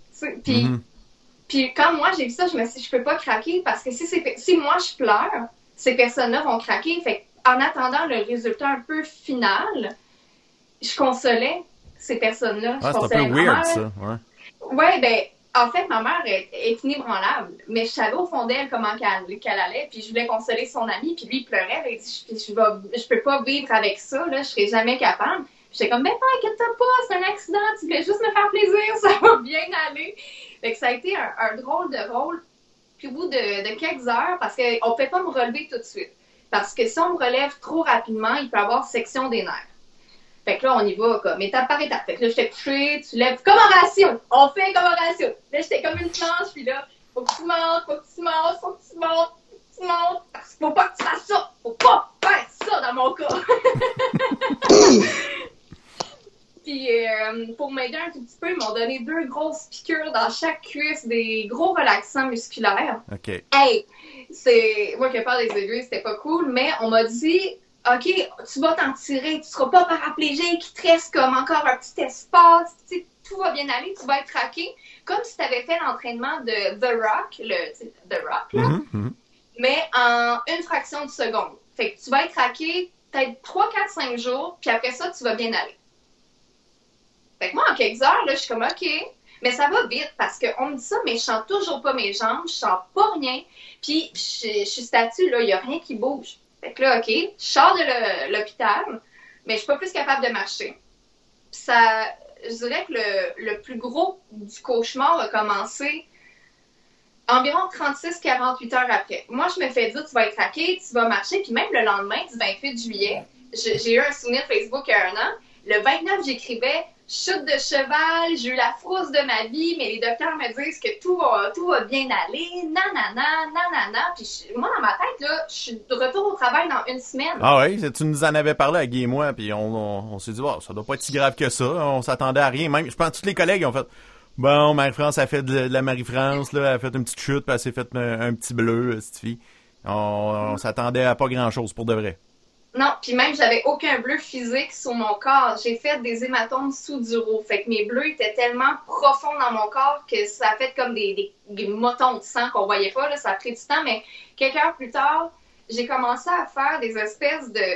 Puis quand moi j'ai vu ça, je me suis dit, je peux pas craquer parce que si moi je pleure, ces personnes-là vont craquer. Fait en attendant le résultat un peu final, je consolais ces personnes-là. C'est un peu weird, ça. Ouais, En fait, ma mère est inébranlable, mais je savais au fond d'elle comment qu'elle allait, puis je voulais consoler son amie, puis lui, il pleurait, il dit, je peux pas vivre avec ça, là, je serai jamais capable. Puis j'étais comme, ben pas, inquiète-toi pas, c'est un accident, tu voulais juste me faire plaisir, ça va bien aller. Fait que ça a été un drôle de rôle, puis au bout de quelques heures, parce qu'on pouvait pas me relever tout de suite. Parce que si on me relève trop rapidement, il peut y avoir section des nerfs. Fait que là, on y va comme étape par étape. Fait que là, j'étais couchée, tu lèves comme oration. On fait comme oration. Là, j'étais comme une planche, puis là, faut que tu montes, faut que tu montes, faut que tu montes, faut que tu montes. Parce qu'il faut pas que tu fasses ça. Faut pas faire ça dans mon cas. Puis, pour m'aider un tout petit peu, ils m'ont donné 2 grosses piqûres dans chaque cuisse, des gros relaxants musculaires. OK. Hey! C'est moi qui ai peur des aiguilles, c'était pas cool, mais on m'a dit OK, tu vas t'en tirer, tu seras pas paraplégique, il te reste comme encore un petit espace, tu sais, tout va bien aller, tu vas être raqué, comme si tu avais fait l'entraînement de The Rock, The Rock, là, mais en une fraction de seconde. Fait que tu vas être raqué peut-être 3, 4, 5 jours, puis après ça, tu vas bien aller. Fait que moi, en quelques heures, là, je suis comme OK. Mais ça va vite parce qu'on me dit ça, mais je sens toujours pas mes jambes, je sens pas rien. Puis je suis statue, là, il y a rien qui bouge. Fait que là, OK, je sors de l'hôpital, mais je suis pas plus capable de marcher. Puis ça, je dirais que le plus gros du cauchemar a commencé environ 36-48 heures après. Moi, je me fais dire, tu vas être raqué, tu vas marcher. Puis même le lendemain, du 28 juillet, j'ai eu un souvenir Facebook il y a 1 an. Le 29, j'écrivais chute de cheval, j'ai eu la frousse de ma vie, mais les docteurs me disent que tout va bien aller, nanana. Puis moi, dans ma tête, là, je suis de retour au travail dans 1 semaine. Ah oui, tu nous en avais parlé à Guy et moi, puis on s'est dit, oh, ça doit pas être si grave que ça, on s'attendait à rien. Même, je pense que tous les collègues ont fait, bon, Marie-France a fait de la Marie-France, là, elle a fait une petite chute, puis elle s'est fait un petit bleu, cette fille. On s'attendait à pas grand-chose, pour de vrai. Non, puis même, j'avais aucun bleu physique sur mon corps. J'ai fait des hématomes sous-duraux. Fait que mes bleus étaient tellement profonds dans mon corps que ça a fait comme des motons de sang qu'on voyait pas. Là, ça a pris du temps, mais quelques heures plus tard, j'ai commencé à faire des espèces de...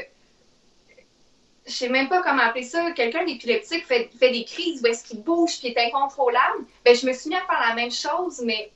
Je sais même pas comment appeler ça. Quelqu'un d'épileptique fait des crises où est-ce qu'il bouge puis est incontrôlable. Ben, je me suis mis à faire la même chose, mais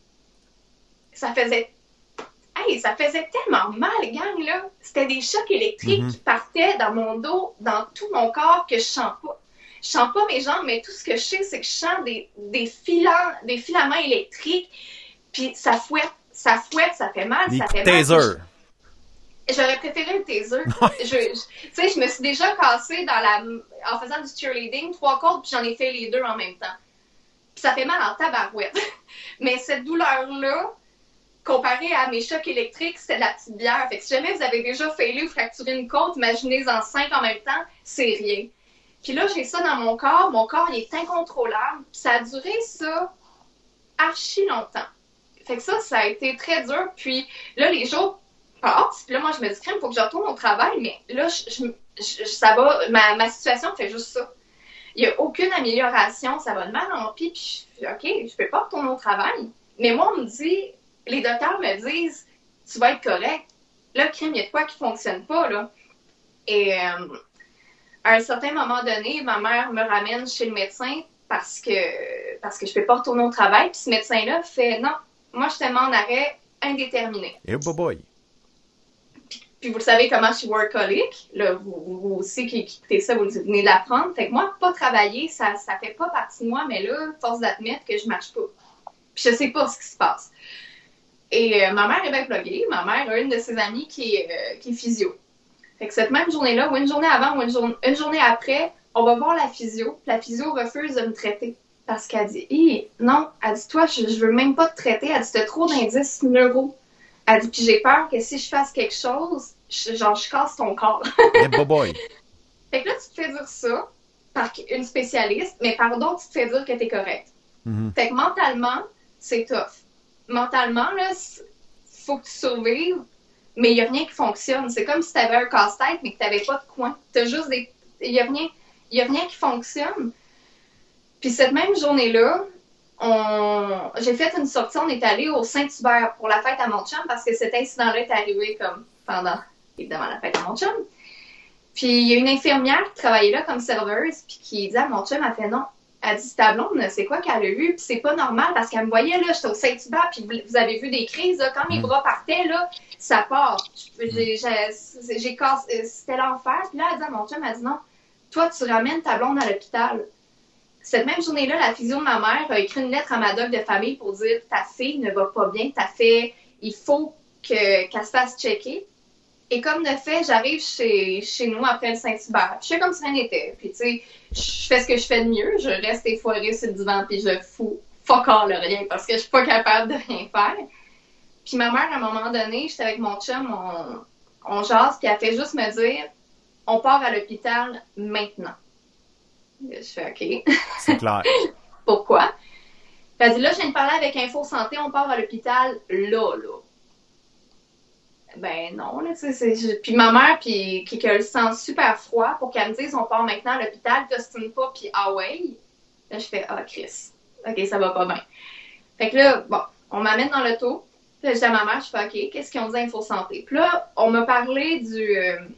ça faisait tellement mal, gang, là. C'était des chocs électriques qui partaient dans mon dos, dans tout mon corps, que je sens pas. Je sens pas mes jambes, mais tout ce que je sais, c'est que je sens des filaments électriques, puis ça fouette, ça fait mal, ça fait mal. Taser. J'aurais préféré le taser. Tu sais, je me suis déjà cassée en faisant du cheerleading, 3 cordes, puis j'en ai fait les 2 en même temps. Puis ça fait mal en tabarouette. Mais cette douleur-là, comparé à mes chocs électriques, c'était de la petite bière. Fait que si jamais vous avez déjà failli ou fracturé une côte, imaginez-en 5 en même temps, c'est rien. Puis là, j'ai ça dans mon corps il est incontrôlable. Puis ça a duré ça archi longtemps. Fait que ça a été très dur. Puis là, les jours passent. Puis là, moi, je me dis, crème, il faut que je retourne au travail. Mais là, ça va, ma situation fait juste ça. Il n'y a aucune amélioration. Ça va de mal en pis. Puis OK, je peux pas retourner au travail. Mais moi, on me dit... Les docteurs me disent, tu vas être correct. Là, crime, il y a de quoi qui fonctionne pas, là. Et à un certain moment donné, ma mère me ramène chez le médecin parce que je peux pas retourner au travail. Puis ce médecin-là fait, non, moi, je te mets en arrêt indéterminé. Et boy. Puis vous le savez comment je suis workaholic. Là, vous aussi qui écoutez ça, vous venez d'apprendre. Fait que moi, pas travailler, ça fait pas partie de moi, mais là, force d'admettre que je marche pas. Puis je sais pas ce qui se passe. Et ma mère est bien pluguée. Ma mère a une de ses amies qui est physio. Fait que cette même journée-là, ou une journée avant, ou une journée après, on va voir la physio. La physio refuse de me traiter. Parce qu'elle dit, non, elle dit, toi, je veux même pas te traiter. Elle dit, t'as trop d'indices neuro. Elle dit, puis j'ai peur que si je fasse quelque chose, je casse ton corps. Hey, boy. Fait que là, tu te fais dire ça par une spécialiste, mais par d'autres, tu te fais dire que t'es correct. Fait que mentalement, c'est tough. Mentalement, là, faut que tu survives, mais il n'y a rien qui fonctionne. C'est comme si tu avais un casse-tête, mais que tu n'avais pas de coin. T'as juste il n'y a rien qui fonctionne. Puis cette même journée-là, j'ai fait une sortie, on est allé au Saint-Hubert pour la fête à mon chum, parce que cet incident-là est arrivé comme pendant, évidemment, la fête à mon chum. Puis il y a une infirmière qui travaillait là comme serveuse, puis qui dit à mon chum, elle fait non, Elle dit, ta blonde, c'est quoi qu'elle a eu? Puis c'est pas normal parce qu'elle me voyait, là, j'étais au Saint-Hubert, puis vous avez vu des crises, là, quand mes bras partaient, là, ça part. J'ai cassé, c'était l'enfer. Puis là, elle dit à mon chum, elle dit, non, toi, tu ramènes ta blonde à l'hôpital. Cette même journée-là, la physio de ma mère a écrit une lettre à ma doc de famille pour dire, ta fille ne va pas bien, il faut qu'elle se fasse checker. Et comme de fait, j'arrive chez nous après le Saint-Hubert. Je fais comme si rien n'était. Puis, tu sais, je fais ce que je fais de mieux. Je reste effoirée sur le divan, puis je fous fuck all le rien parce que je suis pas capable de rien faire. Puis ma mère, à un moment donné, j'étais avec mon chum, on jase, puis elle fait juste me dire, on part à l'hôpital maintenant. Je fais OK. C'est clair. Pourquoi? Puis elle dit, là, je viens de parler avec Info Santé, on part à l'hôpital là. Ben non, là, tu sais, puis ma mère, puis qui a le sang super froid, pour qu'elle me dise, on part maintenant à l'hôpital, t'ostine pas, puis ah ouais. Là, je fais, Chris, OK, ça va pas bien. Fait que là, bon, on m'amène dans l'auto, puis là, je dis à ma mère, je fais, OK, qu'est-ce qu'ils ont dit à Info Santé? Puis là, on m'a parlé du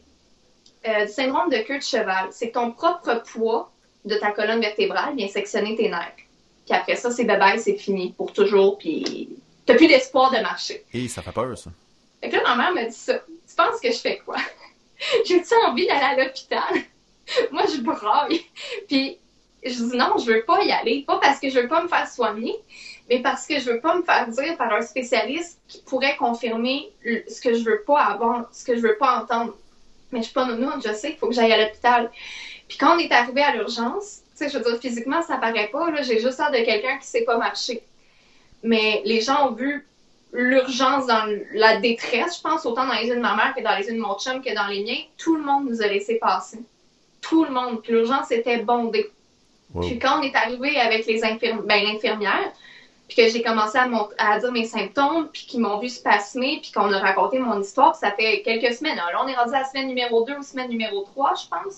syndrome de queue de cheval. C'est que ton propre poids de ta colonne vertébrale vient sectionner tes nerfs. Puis après ça, c'est bye-bye, c'est fini pour toujours, puis t'as plus d'espoir de marcher. Et ça fait peur, ça. Fait que là, ma mère m'a dit ça. Tu penses que je fais quoi? J'ai-tu envie d'aller à l'hôpital? Moi, je braille. Puis, je dis non, je veux pas y aller. Pas parce que je veux pas me faire soigner, mais parce que je veux pas me faire dire par un spécialiste qui pourrait confirmer ce que je veux pas avoir, ce que je veux pas entendre. Mais je suis pas nounoune, je sais qu'il faut que j'aille à l'hôpital. Puis quand on est arrivé à l'urgence, tu sais, je veux dire, physiquement, ça paraît pas, là, j'ai juste l'air de quelqu'un qui sait pas marcher. Mais les gens ont vu l'urgence dans la détresse, je pense, autant dans les yeux de ma mère que dans les yeux de mon chum que dans les miens. Tout le monde nous a laissé passer. Tout le monde. Puis l'urgence était bondée. Wow. Puis quand on est arrivé avec l'infirmière, puis que j'ai commencé à dire mes symptômes, puis qu'ils m'ont vu spasmer, puis qu'on a raconté mon histoire, puis ça fait quelques semaines. Là, on est rendu à la semaine numéro 2 ou semaine numéro 3, je pense.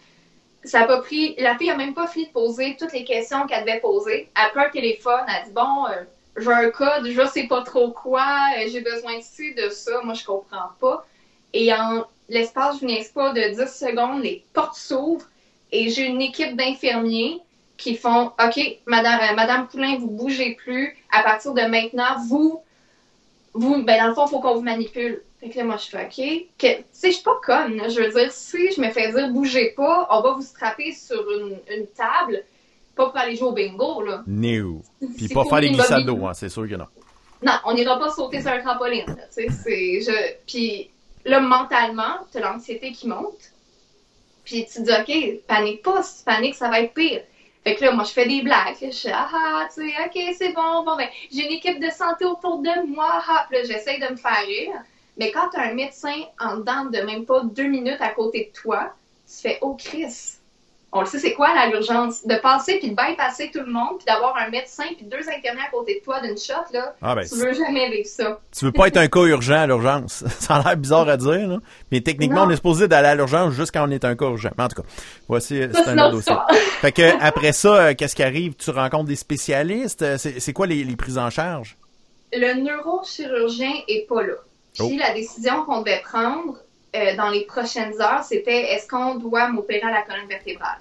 Ça a pas pris... La fille a même pas fini de poser toutes les questions qu'elle devait poser. Après un téléphone, elle dit, bon... j'ai un code, je sais pas trop quoi, j'ai besoin de ci, de ça, moi je comprends pas. Et en l'espace, je niaise pas, de 10 secondes, les portes s'ouvrent et j'ai une équipe d'infirmiers qui font « OK, Madame Poulin, vous bougez plus. À partir de maintenant, vous ben dans le fond, il faut qu'on vous manipule. » Fait que là, moi, je fais « OK. » Tu sais, je suis pas conne. Là. Je veux dire, si je me fais dire « Bougez pas, on va vous strapper sur une table. » Pas pour aller jouer au bingo, là. No. Puis pas faire des glissades d'eau, hein, c'est sûr que non. Non, on n'ira pas sauter sur un trampoline, là, tu sais, Puis là, mentalement, t'as l'anxiété qui monte. Puis tu te dis, OK, panique pas, si tu paniques, ça va être pire. Fait que là, moi, je fais des blagues. Je suis, tu sais, OK, c'est bon, ben, j'ai une équipe de santé autour de moi, puis là, j'essaye de me faire rire. Mais quand t'as un médecin en dedans de même pas 2 minutes à côté de toi, tu fais, oh, Christ. On le sait, c'est quoi, là, l'urgence? De passer puis de bypasser tout le monde puis d'avoir un médecin puis 2 infirmières à côté de toi d'une shot, là, tu veux jamais vivre ça. Tu veux pas être un cas urgent à l'urgence. Ça a l'air bizarre à dire, là. Mais techniquement, non. On est supposé d'aller à l'urgence juste quand on est un cas urgent. Mais en tout cas, voici, c'est un autre dossier. Fait que, après ça, qu'est-ce qui arrive? Tu rencontres des spécialistes? C'est quoi les prises en charge? Le neurochirurgien est pas là. Puis la décision qu'on devait prendre, dans les prochaines heures, c'était est-ce qu'on doit m'opérer à la colonne vertébrale?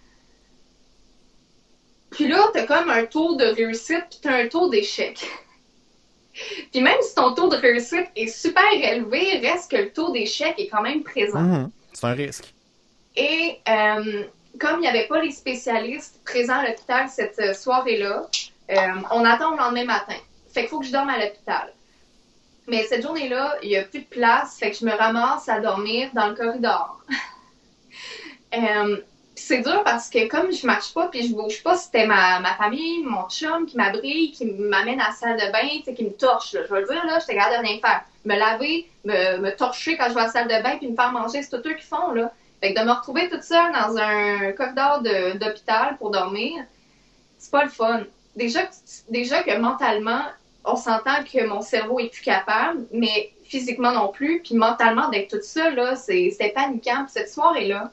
Puis là, t'as comme un taux de réussite puis t'as un taux d'échec. Puis même si ton taux de réussite est super élevé, reste que le taux d'échec est quand même présent. Mmh, c'est un risque. Et comme il n'y avait pas les spécialistes présents à l'hôpital cette soirée-là, on attend le lendemain matin. Fait qu'il faut que je dorme à l'hôpital. Mais cette journée-là, il n'y a plus de place, fait que je me ramasse à dormir dans le corridor. C'est dur parce que comme je marche pas puis je bouge pas, c'était ma famille, mon chum qui m'abrille, qui m'amène à la salle de bain, qui me torche. Là. Je veux dire, là, j'étais capable de rien faire. Me laver, me torcher quand je vais à la salle de bain puis me faire manger, c'est tout eux qui font. Là. Fait que de me retrouver toute seule dans un corridor d'hôpital pour dormir, c'est pas le fun. Déjà que mentalement, on s'entend que mon cerveau est plus capable, mais physiquement non plus. Puis mentalement, d'être toute seule, là, c'était paniquant. Puis cette soirée-là,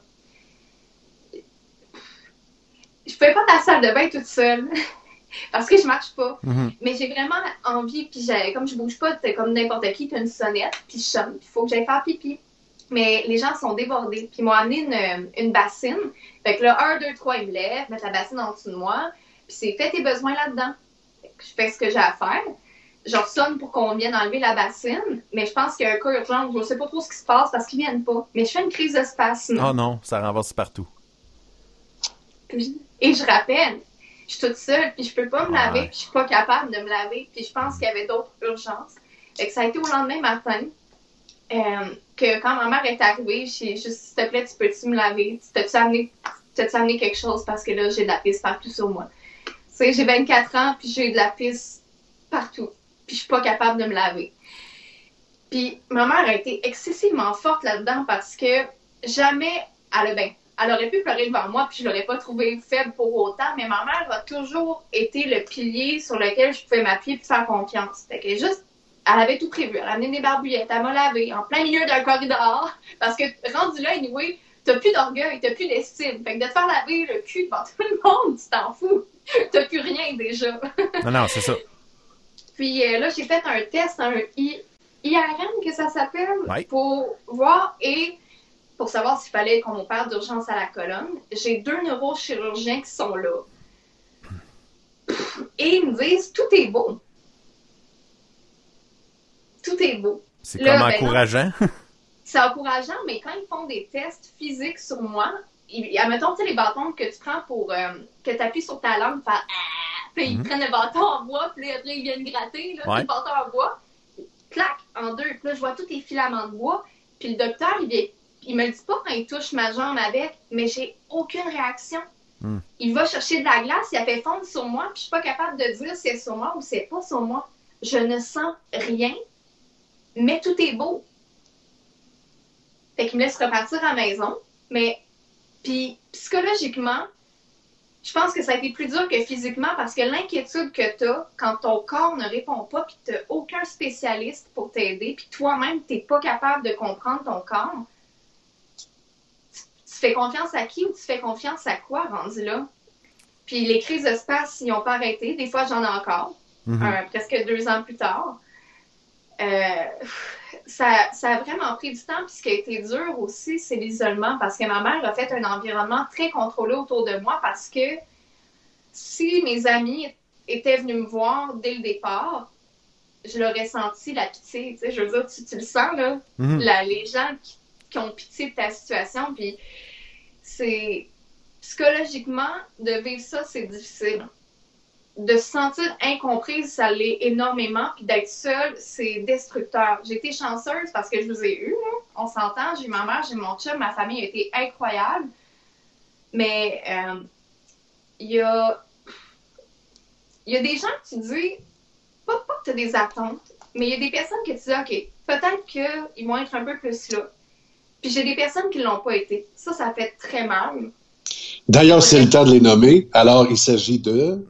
je pouvais pas être à la salle de bain toute seule parce que je marche pas. Mm-hmm. Mais j'ai vraiment envie, puis comme je bouge pas, c'est comme n'importe qui, t'as une sonnette, puis je sonne, puis il faut que j'aille faire pipi. Mais les gens sont débordés. Puis ils m'ont amené une bassine. Fait que là, 1, 2, 3, ils me lèvent, mettent la bassine en dessous de moi. Puis c'est fais tes besoins là-dedans. Fait que je fais ce que j'ai à faire. Je ressonne pour qu'on vienne enlever la bassine. Mais je pense qu'il y a un cas urgent. Je ne sais pas trop ce qui se passe parce qu'ils ne viennent pas. Mais je fais une crise de spasme. Oh non, ça renverse partout. Et je rappelle, je suis toute seule, puis je peux pas me laver, puis je suis pas capable de me laver. Puis je pense qu'il y avait d'autres urgences. Fait que ça a été au lendemain matin. Que quand ma mère est arrivée, j'ai juste, s'il te plaît, peux-tu me laver? T'as-tu amené quelque chose? Parce que là, j'ai de la pisse partout sur moi. Tu sais, j'ai 24 ans, puis j'ai de la pisse partout. Puis je suis pas capable de me laver. Puis ma mère a été excessivement forte là-dedans parce que jamais elle aurait pu pleurer devant moi, puis je l'aurais pas trouvée faible pour autant, mais ma mère a toujours été le pilier sur lequel je pouvais m'appuyer et faire confiance. Fait que juste, elle avait tout prévu. Elle a amené des barbouillettes, elle m'a lavé en plein milieu d'un corridor. Parce que, rendu là, anyway, t'as plus d'orgueil, t'as plus d'estime. Fait que de te faire laver le cul devant tout le monde, tu t'en fous. T'as plus rien, déjà. Non, c'est ça. Puis là, j'ai fait un test, un IRM, que ça s'appelle, ouais. Pour voir et pour savoir s'il fallait qu'on m'opère d'urgence à la colonne. J'ai 2 neurochirurgiens qui sont là. Et ils me disent, tout est beau. Tout est beau. C'est comme encourageant. C'est encourageant, mais quand ils font des tests physiques sur moi, admettons, tu sais, les bâtons que tu prends pour que tu appuies sur ta langue, faire puis ils prennent le bâton en bois, puis après ils viennent gratter, là, le bâton en bois, clac, en 2. Puis là, je vois tous les filaments de bois, puis le docteur, il me le dit pas quand il touche ma jambe avec, mais j'ai aucune réaction. Il va chercher de la glace, il a fait fondre sur moi, puis je suis pas capable de dire si c'est sur moi ou c'est pas sur moi. Je ne sens rien. Mais tout est beau. Fait qu'il me laisse repartir à la maison. Mais, puis psychologiquement, je pense que ça a été plus dur que physiquement parce que l'inquiétude que tu as quand ton corps ne répond pas puis tu n'as aucun spécialiste pour t'aider puis toi-même, tu n'es pas capable de comprendre ton corps, tu fais confiance à qui ou tu fais confiance à quoi rendu là? Puis les crises de spasme, ils n'ont pas arrêté. Des fois, j'en ai encore. Presque 2 ans plus tard. Ça a vraiment pris du temps. Puis ce qui a été dur aussi, c'est l'isolement parce que ma mère a fait un environnement très contrôlé autour de moi parce que si mes amis étaient venus me voir dès le départ, je leur ai senti la pitié. Tu sais, je veux dire, tu le sens, là, les gens qui ont pitié de ta situation. Puis c'est psychologiquement, de vivre ça, c'est difficile. De se sentir incomprise, ça l'est énormément. Puis d'être seule, c'est destructeur. J'ai été chanceuse parce que je vous ai eu, là. On s'entend. J'ai ma mère, j'ai mon chum, ma famille a été incroyable. Mais il y a des gens que tu dis, pas que tu as des attentes, mais il y a des personnes que tu dis, OK, peut-être qu'ils vont être un peu plus là. Puis j'ai des personnes qui ne l'ont pas été. Ça fait très mal. D'ailleurs, c'est le temps de les nommer. Alors, il s'agit de...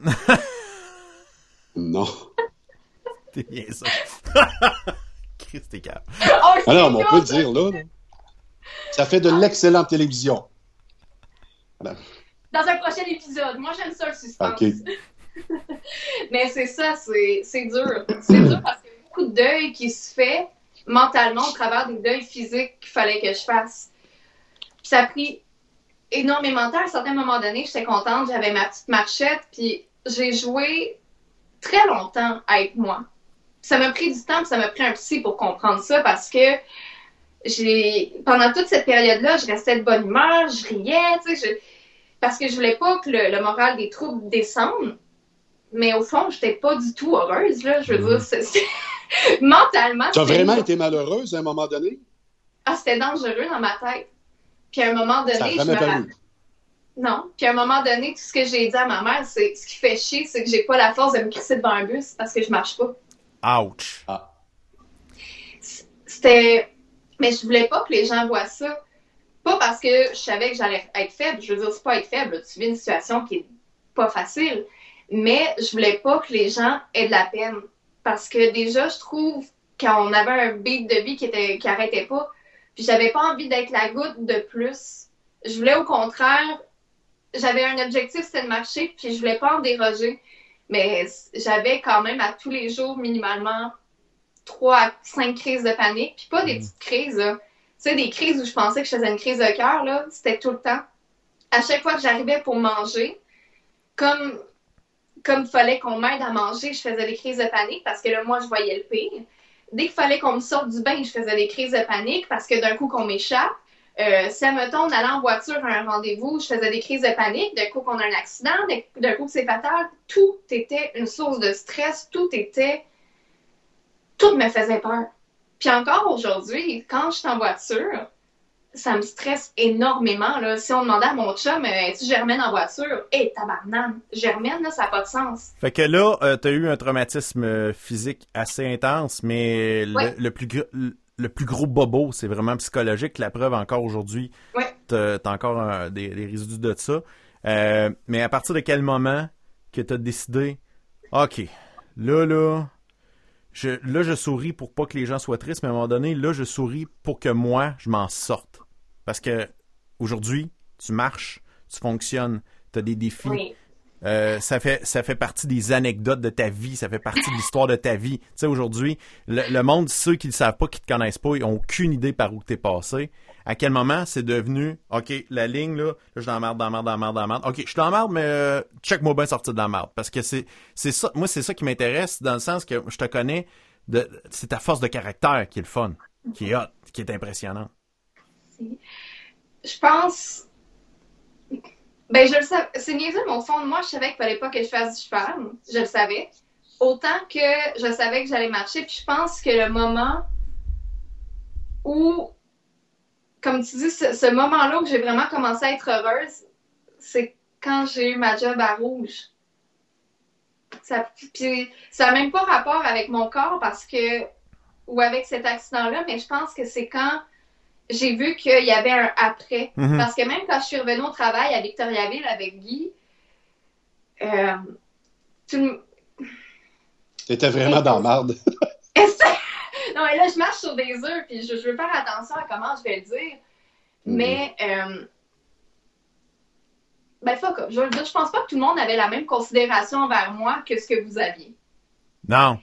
Non. T'es bien ça. Christ, t'es calme. Alors, on peut le dire, là. Ça fait de l'excellente télévision. Voilà. Dans un prochain épisode. Moi, j'aime ça, le suspense. OK. Mais c'est ça, c'est dur. C'est dur parce qu'il y a beaucoup de deuil qui se fait mentalement au travers des deuils physiques qu'il fallait que je fasse. Puis ça a pris énormément de temps. À un certain moment donné, j'étais contente, j'avais ma petite marchette, puis j'ai joué très longtemps à être moi. Ça m'a pris du temps, puis ça m'a pris un psy pour comprendre ça, parce que pendant toute cette période-là, je restais de bonne humeur, je riais, tu sais, parce que je voulais pas que le moral des troupes descende, mais au fond, j'étais pas du tout heureuse, là, je veux dire, mentalement... Tu as vraiment été malheureuse à un moment donné? Ah, c'était dangereux dans ma tête. Puis à un moment donné, ça a Non. Puis à un moment donné, tout ce que j'ai dit à ma mère, c'est ce qui fait chier, c'est que j'ai pas la force de me crisser devant un bus parce que je marche pas. Ouch! Ah. Mais je voulais pas que les gens voient ça. Pas parce que je savais que j'allais être faible. Je veux dire, c'est pas être faible. Tu vis une situation qui est pas facile. Mais je voulais pas que les gens aient de la peine. Parce que déjà, je trouve qu'on avait un beat de vie qui arrêtait pas. Puis j'avais pas envie d'être la goutte de plus. Je voulais au contraire, j'avais un objectif, c'était de marcher, puis je voulais pas en déroger. Mais j'avais quand même à tous les jours minimalement 3 à 5 crises de panique. Puis pas des petites crises, là. sais, des crises où je pensais que je faisais une crise de cœur, là, c'était tout le temps. À chaque fois que j'arrivais pour manger, comme il fallait qu'on m'aide à manger, je faisais des crises de panique parce que là, moi, je voyais le pire. Dès qu'il fallait qu'on me sorte du bain, je faisais des crises de panique parce que d'un coup, qu'on m'échappe. Si, admettons, on allait en voiture à un rendez-vous, je faisais des crises de panique. D'un coup, qu'on a un accident, d'un coup, que c'est fatal. Tout était une source de stress. Tout me faisait peur. Puis encore aujourd'hui, quand je suis en voiture, ça me stresse énormément. Là. Si on demandait à mon chum, tu Germaine en voiture, tabarnane, Germaine, là, ça n'a pas de sens. Fait que là, t'as eu un traumatisme physique assez intense, mais le plus gros bobo, c'est vraiment psychologique. La preuve, encore aujourd'hui, t'as encore des résidus de ça. Mais à partir de quel moment que t'as décidé, OK, là, je souris pour pas que les gens soient tristes, mais à un moment donné, là, je souris pour que moi, je m'en sorte. Parce que aujourd'hui, tu marches, tu fonctionnes, tu as des défis. Oui. Ça fait partie des anecdotes de ta vie, ça fait partie de l'histoire de ta vie. Tu sais, aujourd'hui, le monde, ceux qui ne savent pas, qui te connaissent pas, ils ont aucune idée par où tu es passé. À quel moment c'est devenu, OK, la ligne, là je suis dans la merde. OK, je suis dans la merde, mais check-moi bien sortir de la merde. Parce que c'est ça, moi, c'est ça qui m'intéresse, dans le sens que je te connais, c'est ta force de caractère qui est le fun, qui est hot, qui est impressionnant. Je pense... Ben, je le savais. C'est niaiseux, mais au fond de moi, je savais qu'il fallait pas que je fasse du cheval. Je le savais. Autant que je savais que j'allais marcher. Puis je pense que le moment où, comme tu dis, ce moment-là où j'ai vraiment commencé à être heureuse, c'est quand j'ai eu ma job à Rouge. Puis ça n'a même pas rapport avec mon corps ou avec cet accident-là, mais je pense que c'est quand j'ai vu qu'il y avait un après. Mm-hmm. Parce que même quand je suis revenue au travail à Victoriaville avec Guy, T'étais vraiment dans la merde. Non, mais là, je marche sur des œufs, puis je veux faire attention à comment je vais le dire. Mais, je pense pas que tout le monde avait la même considération envers moi que ce que vous aviez. Non,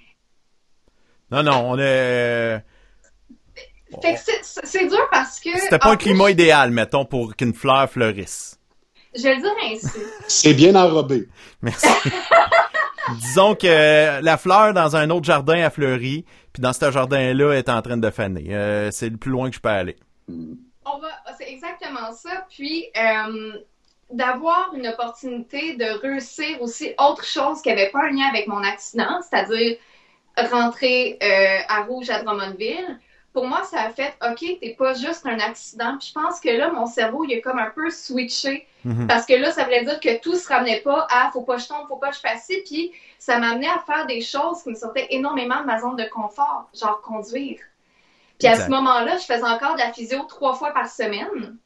on est... Fait que c'est dur parce que... C'était pas un climat idéal, mettons, pour qu'une fleur fleurisse. Je vais le dire ainsi. C'est bien enrobé. Merci. Disons que la fleur dans un autre jardin a fleuri, puis dans ce jardin-là, elle est en train de faner. C'est le plus loin que je peux aller. C'est exactement ça. Puis, d'avoir une opportunité de réussir aussi autre chose qui n'avait pas un lien avec mon accident, c'est-à-dire rentrer à Rouge à Drummondville. Pour moi, ça a fait, OK, t'es pas juste un accident. Puis je pense que là, mon cerveau, il a comme un peu switché. Mm-hmm. Parce que là, ça voulait dire que tout se ramenait pas à faut pas que je tombe, faut pas que je fasse ci. Puis ça m'amenait à faire des choses qui me sortaient énormément de ma zone de confort, genre conduire. Puis à ce moment-là, je faisais encore de la physio 3 fois par semaine.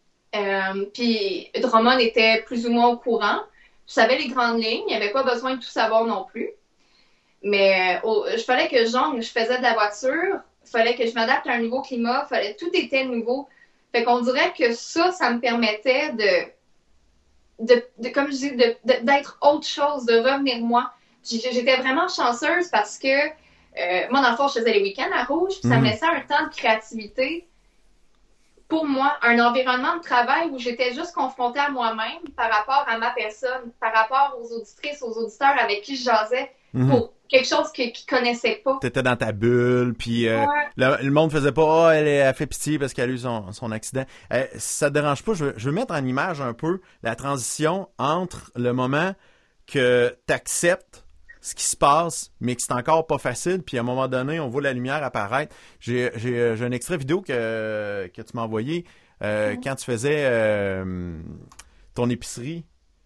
Puis Drummond était plus ou moins au courant. Je savais les grandes lignes, il n'y avait pas besoin de tout savoir non plus. Mais il fallait que je jongle, je faisais de la voiture. Il fallait que je m'adapte à un nouveau climat, tout était nouveau. Fait qu'on dirait que ça me permettait de comme je dis, d'être autre chose, de revenir moi. J'étais vraiment chanceuse parce que moi, dans le fond, je faisais les week-ends à Rouge, puis ça me laissait un temps de créativité pour moi, un environnement de travail où j'étais juste confrontée à moi-même par rapport à ma personne, par rapport aux auditrices, aux auditeurs avec qui je jasais, pour quelque chose qu'ils ne connaissaient pas. T'étais dans ta bulle, puis le monde faisait pas « Ah, elle a fait pitié parce qu'elle a eu son accident ». Si ça te dérange pas, je veux mettre en image un peu la transition entre le moment que t'acceptes ce qui se passe, mais que c'est encore pas facile, puis à un moment donné, on voit la lumière apparaître. J'ai un extrait vidéo que tu m'as envoyé quand tu faisais ton épicerie.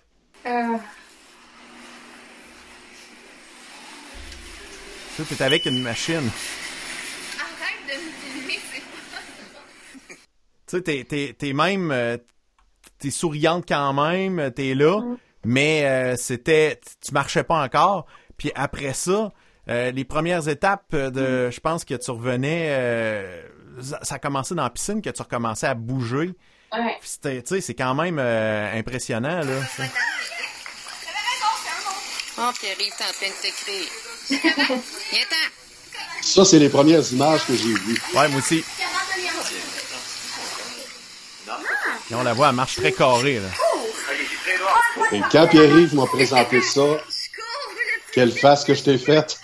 Tu étais avec une machine. Arrête de me filmer, c'est pas... Tu sais, t'es même... t'es souriante quand même, t'es là, mais tu marchais pas encore. Puis après ça, les premières étapes je pense que tu revenais... ça a commencé dans la piscine, que tu recommençais à bouger. Ouais. Tu sais, c'est quand même impressionnant, là. Ça. Oh, Pierre-Yves, t'es en train de t'écrire. Viens-t'en! Ça, c'est les premières images que j'ai vues. Ouais, moi aussi. Et on la voit, elle marche très carrée, là. Et quand Pierre-Yves m'a présenté ça, quelle face que je t'ai faite.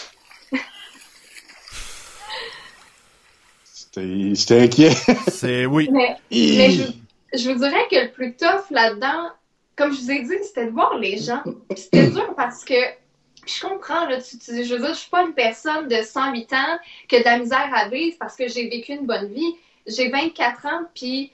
C'était inquiet. C'est, oui. Mais je vous dirais que le plus tough là-dedans, comme je vous ai dit, c'était de voir les gens. Puis c'était dur parce que, je comprends, là, je veux dire, je suis pas une personne de 108 ans qui a de la misère à vivre parce que j'ai vécu une bonne vie. J'ai 24 ans, puis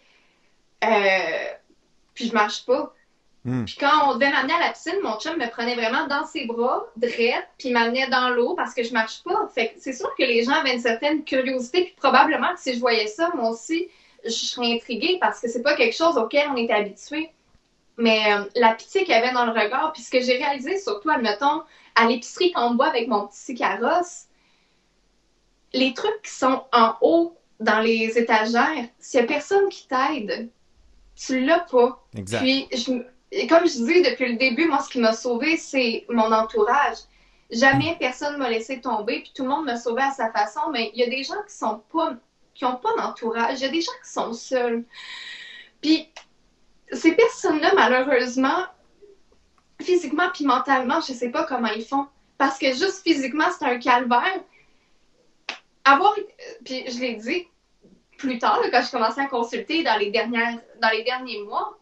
je marche pas. Puis quand on devait m'amener à la piscine, mon chum me prenait vraiment dans ses bras, drette, puis m'amenait dans l'eau parce que je marche pas. Fait que c'est sûr que les gens avaient une certaine curiosité, puis probablement que si je voyais ça, moi aussi, je serais intriguée parce que c'est pas quelque chose auquel on est habitué. Mais la pitié qu'il y avait dans le regard, puis ce que j'ai réalisé, surtout, admettons, à l'épicerie quand on me voit avec mon petit carrosse, les trucs qui sont en haut dans les étagères, s'il y a personne qui t'aide, tu l'as pas. Exact. Puis, comme je dis depuis le début, moi, ce qui m'a sauvée, c'est mon entourage. Jamais personne m'a laissé tomber, puis tout le monde m'a sauvée à sa façon, mais il y a des gens qui ont pas d'entourage, il y a des gens qui sont seuls. Puis, ces personnes-là, malheureusement, physiquement puis mentalement, je sais pas comment ils font. Parce que juste physiquement, c'est un calvaire. Puis je l'ai dit plus tard, là, quand je commençais à consulter dans les derniers mois,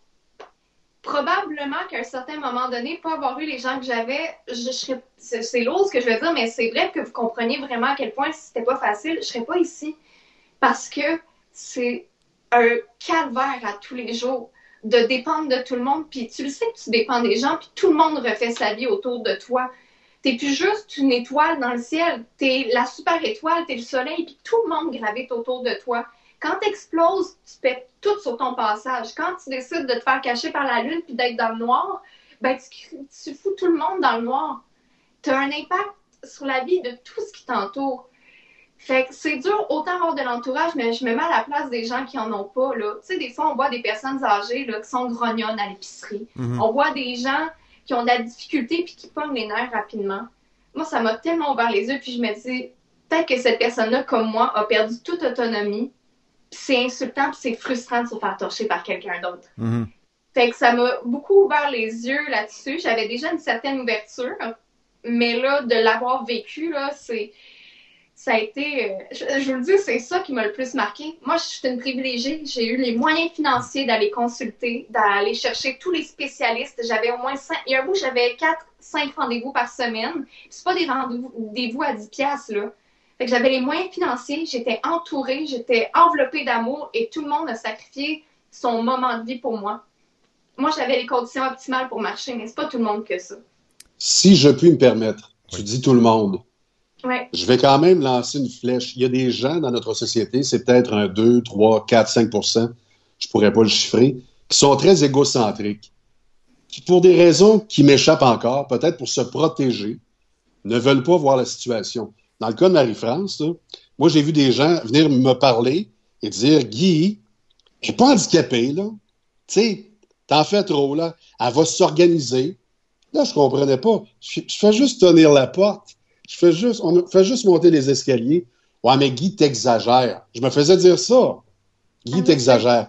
probablement qu'à un certain moment donné, pas avoir eu les gens que j'avais, c'est lourd ce que je veux dire, mais c'est vrai que vous compreniez vraiment à quel point si c'était pas facile, je serais pas ici. Parce que c'est un calvaire à tous les jours de dépendre de tout le monde, puis tu le sais que tu dépends des gens, puis tout le monde refait sa vie autour de toi. T'es plus juste une étoile dans le ciel, t'es la super étoile, t'es le soleil, puis tout le monde gravite autour de toi. Quand t'exploses, tu pètes tout sur ton passage. Quand tu décides de te faire cacher par la lune puis d'être dans le noir, ben tu fous tout le monde dans le noir. T'as un impact sur la vie de tout ce qui t'entoure. Fait que c'est dur autant avoir de l'entourage, mais je me mets à la place des gens qui en ont pas, là. Tu sais, des fois, on voit des personnes âgées, là, qui sont grognonnes à l'épicerie. On voit des gens qui ont de la difficulté puis qui pognent les nerfs rapidement. Moi, ça m'a tellement ouvert les yeux, puis je me dis, peut-être que cette personne-là, comme moi, a perdu toute autonomie, puis c'est insultant, puis c'est frustrant de se faire torcher par quelqu'un d'autre. Fait que ça m'a beaucoup ouvert les yeux là-dessus. J'avais déjà une certaine ouverture, mais là, de l'avoir vécu, là, ça a été, je vous le dis, c'est ça qui m'a le plus marqué. Moi, je suis une privilégiée. J'ai eu les moyens financiers d'aller consulter, d'aller chercher tous les spécialistes. J'avais au moins 5, il y a un bout, j'avais 4-5 rendez-vous par semaine. Puis c'est pas des rendez-vous à 10$, là. Fait que j'avais les moyens financiers, j'étais entourée, j'étais enveloppée d'amour et tout le monde a sacrifié son moment de vie pour moi. Moi, j'avais les conditions optimales pour marcher, mais c'est pas tout le monde que ça. Si je puis me permettre, tu dis tout le monde. Ouais. Je vais quand même lancer une flèche. Il y a des gens dans notre société, c'est peut-être un 2, 3, 4, 5%, je pourrais pas le chiffrer, qui sont très égocentriques, qui, pour des raisons qui m'échappent encore, peut-être pour se protéger, ne veulent pas voir la situation. Dans le cas de Marie-France, là, moi, j'ai vu des gens venir me parler et dire « Guy, je suis pas handicapé, là. Tu sais, t'en fais trop, là. Elle va s'organiser. » Là, je comprenais pas. Je fais juste tenir la porte. On me fait juste monter les escaliers. Ouais, mais Guy, t'exagères. Je me faisais dire ça. Guy, t'exagères.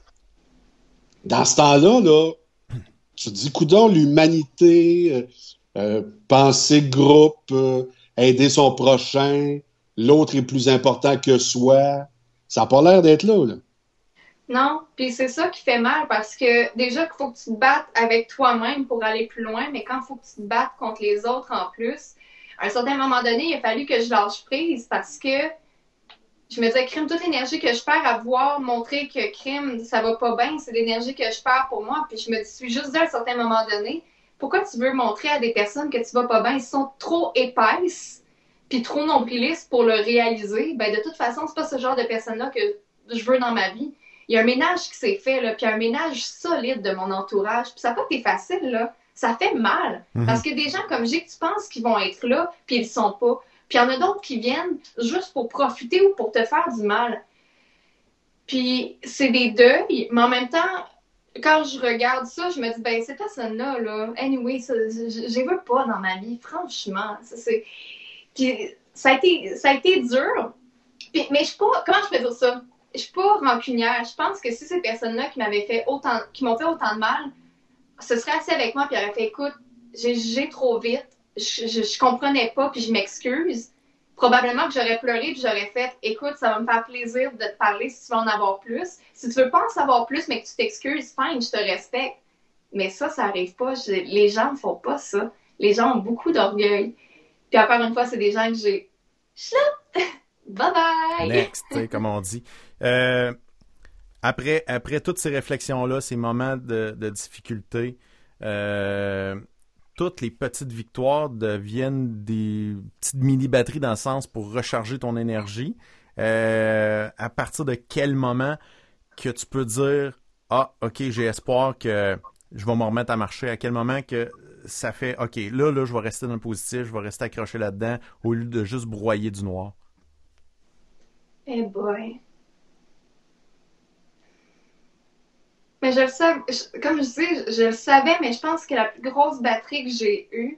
Dans ce temps-là, là, tu te dis, coudonc, l'humanité, penser groupe, aider son prochain, l'autre est plus important que soi. Ça n'a pas l'air d'être là, là. Non, puis c'est ça qui fait mal parce que déjà qu'il faut que tu te battes avec toi-même pour aller plus loin, mais quand il faut que tu te battes contre les autres en plus, à un certain moment donné, il a fallu que je lâche prise parce que je me disais, crime, toute l'énergie que je perds à vouloir montrer que crime, ça va pas bien, c'est l'énergie que je perds pour moi. Puis je me suis juste dit à un certain moment donné, pourquoi tu veux montrer à des personnes que tu vas pas bien? Ils sont trop épaisses puis trop nombrilistes pour le réaliser. Ben de toute façon, c'est pas ce genre de personnes-là que je veux dans ma vie. Il y a un ménage qui s'est fait, là, puis un ménage solide de mon entourage. Puis ça n'a pas été facile, là. Ça fait mal. Parce que des gens comme j'ai, tu penses qu'ils vont être là, puis ils le sont pas. Puis il y en a d'autres qui viennent juste pour profiter ou pour te faire du mal. Puis c'est des deuils, mais en même temps, quand je regarde ça, je me dis, ben ces personnes-là, là, anyway, je les veux pas dans ma vie, franchement. Puis ça a été dur. Puis, mais je sais pas, comment je peux dire ça? je suis pas rancunière. Je pense que si ces personnes-là qui m'ont fait autant de mal, se seraient assis avec moi puis auraient fait, écoute, j'ai jugé trop vite, je comprenais pas puis je m'excuse. Probablement que j'aurais pleuré puis j'aurais fait, écoute, ça va me faire plaisir de te parler si tu veux en avoir plus. Si tu veux pas en savoir plus mais que tu t'excuses, fine, je te respecte. Mais ça arrive pas. Les gens ne font pas ça. Les gens ont beaucoup d'orgueil. Puis encore une fois, c'est des gens que j'ai... Bye bye! Next, comme on dit. Après toutes ces réflexions-là, ces moments de difficulté, toutes les petites victoires deviennent des petites mini-batteries dans le sens pour recharger ton énergie. À partir de quel moment que tu peux dire « Ah, OK, j'ai espoir que je vais me remettre à marcher », à quel moment que ça fait « OK, là, je vais rester dans le positif, je vais rester accroché là-dedans » au lieu de juste broyer du noir. Eh boy. Mais je le savais, comme je dis, je le savais, mais je pense que la plus grosse batterie que j'ai eue,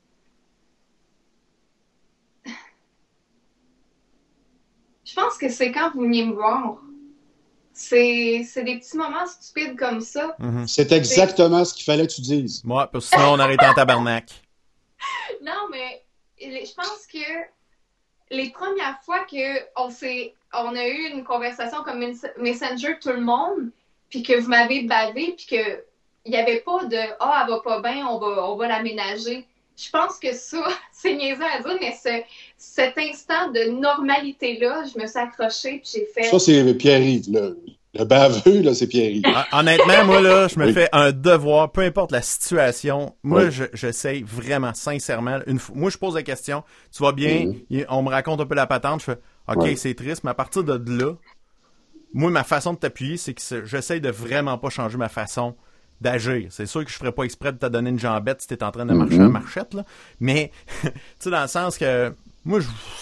je pense que c'est quand vous veniez me voir. C'est des petits moments stupides comme ça. Mm-hmm. C'est exactement ce qu'il fallait que tu dises. Moi, parce que sinon on arrête en tabarnak. Non, mais je pense que les premières fois qu'on a eu une conversation comme Messenger tout le monde, puis que vous m'avez bavé, puis que il n'y avait pas de « Ah, elle va pas bien, on va l'aménager ». Je pense que ça, c'est niaiseux à dire, mais cet instant de normalité-là, je me suis accrochée, puis j'ai fait... Ça, c'est Pierre-Yves, là. Le baveux, là, c'est Pierre-Yves. Honnêtement, moi, là, je me fais un devoir, peu importe la situation. Moi, j'essaye vraiment, sincèrement. Moi, je pose la question, tu vas bien, on me raconte un peu la patente, je fais « OK, c'est triste », mais à partir de là, moi, ma façon de t'appuyer, c'est que j'essaye de vraiment pas changer ma façon d'agir. C'est sûr que je ferais pas exprès de te donner une jambette si t'es en train de marcher en marchette, là. Mais, tu sais, dans le sens que, moi,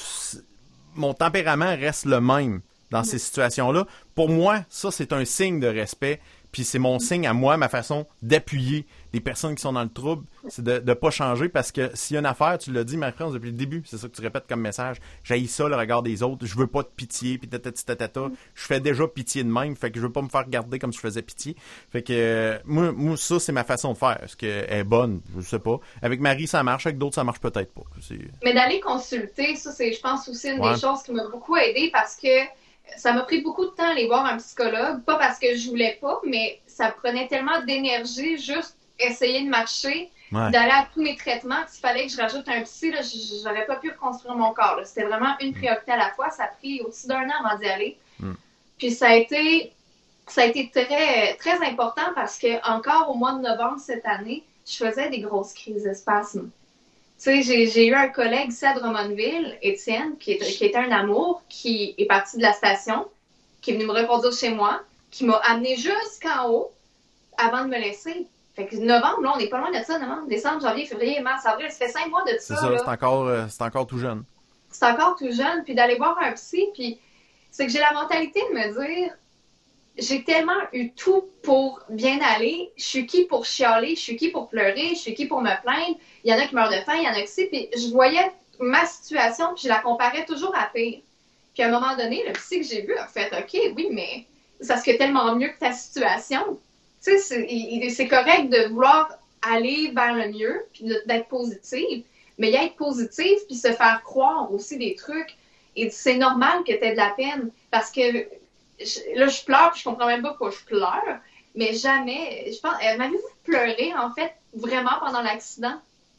mon tempérament reste le même dans ces situations-là. Pour moi, ça, c'est un signe de respect. Puis c'est mon signe à moi, ma façon d'appuyer les personnes qui sont dans le trouble, c'est de ne pas changer parce que s'il y a une affaire, tu l'as dit, Marie-France, depuis le début, c'est ça que tu répètes comme message, j'haïs ça, le regard des autres, je veux pas de pitié, puis tatata, je fais déjà pitié de même, fait que je veux pas me faire regarder comme si je faisais pitié. Fait que moi ça, c'est ma façon de faire. Est-ce qu'elle est bonne? Je sais pas. Avec Marie, ça marche, avec d'autres, ça marche peut-être pas. Mais d'aller consulter, ça, c'est, je pense, aussi une des choses qui m'a beaucoup aidée parce que ça m'a pris beaucoup de temps aller voir un psychologue, pas parce que je voulais pas, mais ça prenait tellement d'énergie juste essayer de marcher, d'aller à tous mes traitements, qu'il fallait que je rajoute un psy, là, j'aurais pas pu reconstruire mon corps. Là. C'était vraiment une priorité à la fois. Ça a pris au-dessus d'1 an avant d'y aller. Puis ça a été très, très important parce que encore au mois de novembre cette année, je faisais des grosses crises de spasmes. Tu sais, j'ai eu un collègue ici à Drummondville, Étienne, qui était un amour, qui est parti de la station, qui est venu me reconduire chez moi, qui m'a amené jusqu'en haut avant de me laisser. Fait que novembre, là, on n'est pas loin de ça, novembre, décembre, janvier, février, mars, avril, ça fait 5 mois de ça. C'est ça, là. C'est encore tout jeune. C'est encore tout jeune, puis d'aller voir un psy, puis c'est que j'ai la mentalité de me dire, j'ai tellement eu tout pour bien aller, je suis qui pour chialer, je suis qui pour pleurer, je suis qui pour me plaindre, il y en a qui meurent de faim, il y en a qui si, puis je voyais ma situation, puis je la comparais toujours à pire. Puis à un moment donné, le psy que j'ai vu a fait, OK, oui, mais ça se fait tellement mieux que ta situation. Tu sais, c'est correct de vouloir aller vers le mieux, puis d'être positive, mais y être positive, puis se faire croire aussi des trucs. Et c'est normal que tu aies de la peine, parce que là, je pleure, puis je comprends même pas pourquoi je pleure, mais jamais, je pense, m'avez-vous pleuré, en fait, vraiment pendant l'accident?